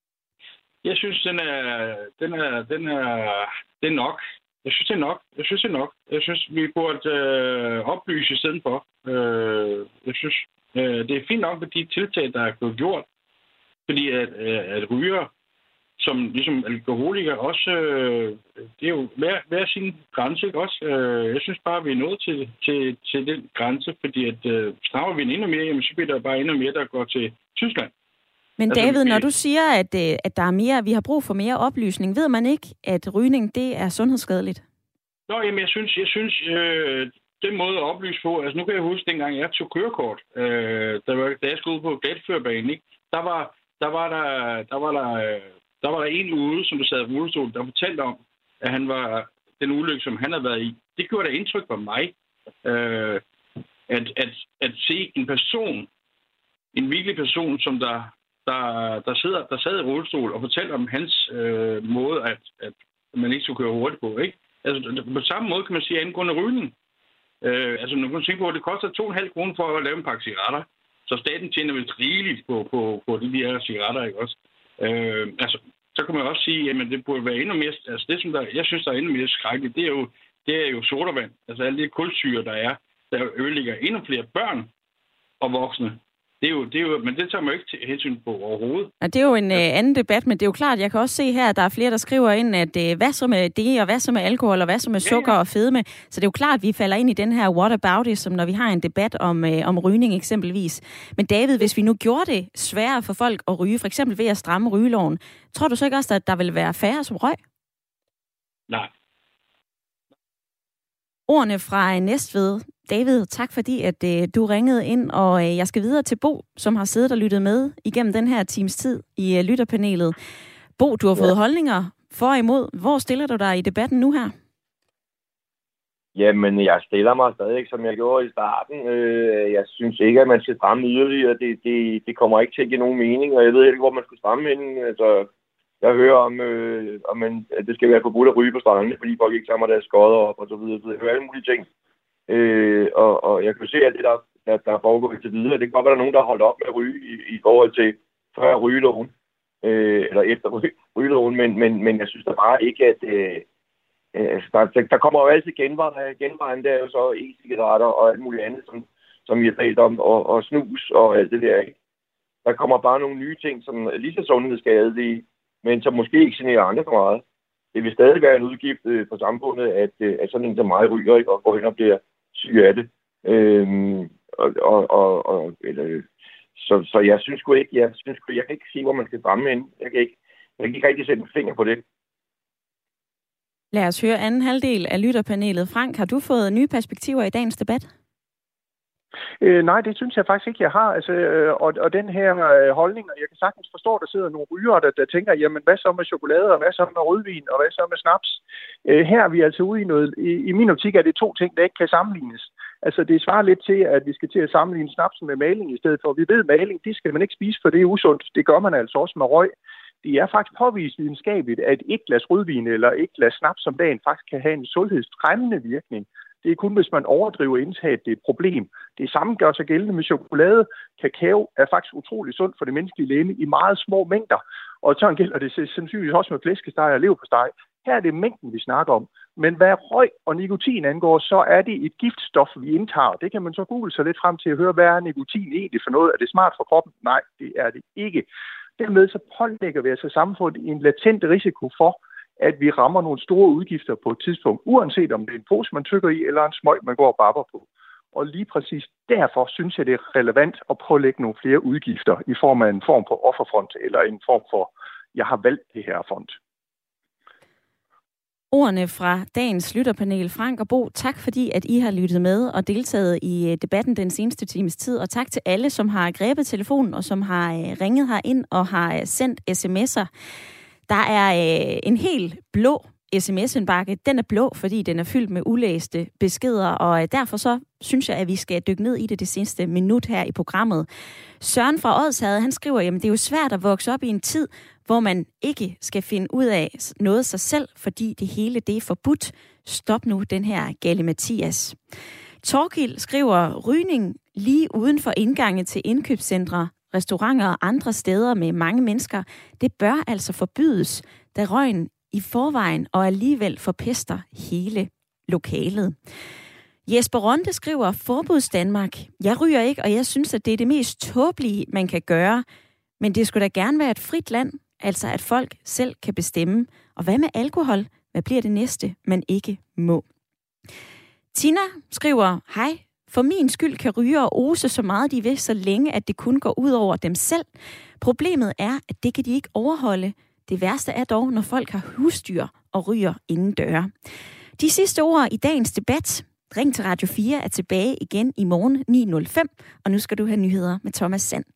Jeg synes, den er, den er, den er, det er nok. Jeg synes, det er nok. Jeg synes, det er nok. Jeg synes, vi burde øh, oplyse i stedet for. Øh, jeg synes, øh, det er fint nok med de tiltag, der er blevet gjort. Fordi at, øh, at ryger, som ligesom alkoholikere også, øh, det er jo hver, hver sin grænse, ikke også? Øh, jeg synes bare, vi er nået til, til, til den grænse, fordi at øh, straffer vi en endnu mere, jamen så bliver der bare endnu mere, der går til Tyskland. Men altså, David, vi, når du siger, at, at der er mere, vi har brug for mere oplysning, ved man ikke, at rygning, det er sundhedsskadeligt? Nå, jamen jeg synes, jeg synes øh, den måde at oplyse på, altså nu kan jeg huske, dengang jeg tog kørekort, øh, der var, da jeg skulle ud på glatførbanen, ikke? Der var der, var der, der var der, øh, der var der en ude, som der sad i rullestol, der fortalte om, at han var den ulykke, som han havde været i. Det gjorde da indtryk på mig, øh, at, at, at se en person, en virkelig person, som der, der, der, sidder, der sad i rullestol og fortalte om hans øh, måde, at, at man ikke skulle køre hurtigt på, ikke? Altså, på samme måde kan man sige angående rygning. Øh, altså, når man tænker på, at det koster to komma fem kroner for at lave en pakke cigaretter, så staten tjener vel rigeligt på, på, på de her cigaretter, ikke også? Øh, altså, så kan man også sige, at det burde være endnu mere... Altså, det, som der, jeg synes, der er endnu mere skrækkeligt, det er jo, det er jo sodavand. Altså, alle de kulsyre, der er, der ødelægger endnu flere børn og voksne. Det er jo, det er jo, men det tager man jo ikke til hensyn på overhovedet. Ja, det er jo en ja. øh, anden debat, men det er jo klart, jeg kan også se her, at der er flere, der skriver ind, at øh, hvad så med det, og hvad så med alkohol, og hvad så med sukker ja, ja. og fedme. Så det er jo klart, at vi falder ind i den her what about it, som når vi har en debat om, øh, om rygning eksempelvis. Men David, hvis vi nu gjorde det sværere for folk at ryge, for eksempel ved at stramme rygeloven, tror du så ikke også, at der vil være færre som røg? Nej. Ordene fra Næstved. David, tak fordi, at øh, du ringede ind, og øh, jeg skal videre til Bo, som har siddet og lyttet med igennem den her times tid i øh, lytterpanelet. Bo, du har fået ja. holdninger for og imod. Hvor stiller du dig i debatten nu her? Jamen, jeg stiller mig stadig, som jeg gjorde i starten. Øh, jeg synes ikke, at man skal stramme yderligere. Det, det, det kommer ikke til at give nogen mening, og jeg ved ikke, hvor man skal stramme hende. Altså, jeg hører om, øh, om man, at det skal være forbudt at ryge på strandene, fordi folk ikke samler deres skodder op og så videre. Så jeg hører alle mulige ting. Øh, og, og jeg kan se, at det, der, der, der foregår til videre, det kan godt være, der er nogen, der har holdt op med at ryge i, i forhold til før rygeloven, øh, eller efter ry, rygeloven, men, men, men jeg synes da bare ikke, at øh, altså, der, der kommer jo altid genvejen, genvejen der er jo så e-cigaretter og alt muligt andet, som, som vi har talt om, og, og snus og alt det der, ikke? Der kommer bare nogle nye ting, som er lige så sundhedsskadelige, men som måske ikke generer andre for meget. Det vil stadig være en udgift øh, for samfundet, at, øh, at sådan en som mig ryger, ikke, og går hen og bliver syg af det. Øhm, og, og, og, og, eller, så, så jeg synes sgu ikke, jeg, synes, jeg kan ikke sige, hvor man skal stramme hen. Jeg kan ikke, jeg kan ikke rigtig sætte en finger på det. Lad os høre anden halvdel af lytterpanelet. Frank, har du fået nye perspektiver i dagens debat? Øh, nej, det synes jeg faktisk ikke, jeg har. Altså, øh, og, og den her øh, holdning, jeg kan sagtens forstå, at der sidder nogle rygere, der, der tænker, jamen hvad så med chokolade, og hvad så med rødvin, og hvad så med snaps? Øh, her er vi altså ude i noget, i, i min optik er det to ting, der ikke kan sammenlignes. Altså det svarer lidt til, at vi skal til at sammenligne snapsen med maling i stedet for. Vi ved, at maling, det skal man ikke spise, for det er usundt. Det gør man altså også med røg. Det er faktisk påvist videnskabeligt, at et glas rødvin eller et glas snaps om dagen faktisk kan have en sundhedsfremmende virkning. Det er kun, hvis man overdriver indtaget, det er et problem. Det samme gør sig gældende med chokolade. Kakao er faktisk utrolig sundt for det menneskelige legeme i meget små mængder. Og så gælder det sandsynligvis også med flæskesteg og leverpostej. Her er det mængden, vi snakker om. Men hvad røg og nikotin angår, så er det et giftstof, vi indtager. Det kan man så google sig lidt frem til at høre, hvad er nikotin egentlig for noget? Er det smart for kroppen? Nej, det er det ikke. Dermed så pålægger vi altså samfundet en latent risiko for, at vi rammer nogle store udgifter på et tidspunkt, uanset om det er en pose, man tykker i, eller en smøg, man går og babber på. Og lige præcis derfor synes jeg, det er relevant at pålægge nogle flere udgifter i form af en form for offerfond, eller en form for, jeg har valgt det her fond. Ordene fra dagens lytterpanel. Frank og Bo, tak fordi, at I har lyttet med og deltaget i debatten den seneste times tid. Og tak til alle, som har grebet telefonen og som har ringet herind og har sendt sms'er. Der er øh, en helt blå sms-indbakke, den er blå, fordi den er fyldt med ulæste beskeder, og derfor så synes jeg, at vi skal dykke ned i det det seneste minut her i programmet. Søren fra Odsherred, han skriver, jamen det er jo svært at vokse op i en tid, hvor man ikke skal finde ud af noget sig selv, fordi det hele det er forbudt. Stop nu den her gale Mathias. Torkild skriver, rygning lige uden for indgange til indkøbscentre, restauranter og andre steder med mange mennesker, det bør altså forbydes, da røgen i forvejen og alligevel forpester hele lokalet. Jesper Ronde skriver, forbuds Danmark. Jeg ryger ikke, og jeg synes, at det er det mest tåbelige, man kan gøre. Men det skulle da gerne være et frit land, altså at folk selv kan bestemme. Og hvad med alkohol? Hvad bliver det næste, man ikke må? Tina skriver, hej. For min skyld kan rygere ose så meget de vil, så længe at det kun går ud over dem selv. Problemet er, at det kan de ikke overholde. Det værste er dog, når folk har husdyr og ryger indendøre. De sidste ord i dagens debat. Ring til Radio fire er tilbage igen i morgen ni nul fem, og nu skal du have nyheder med Thomas Sand.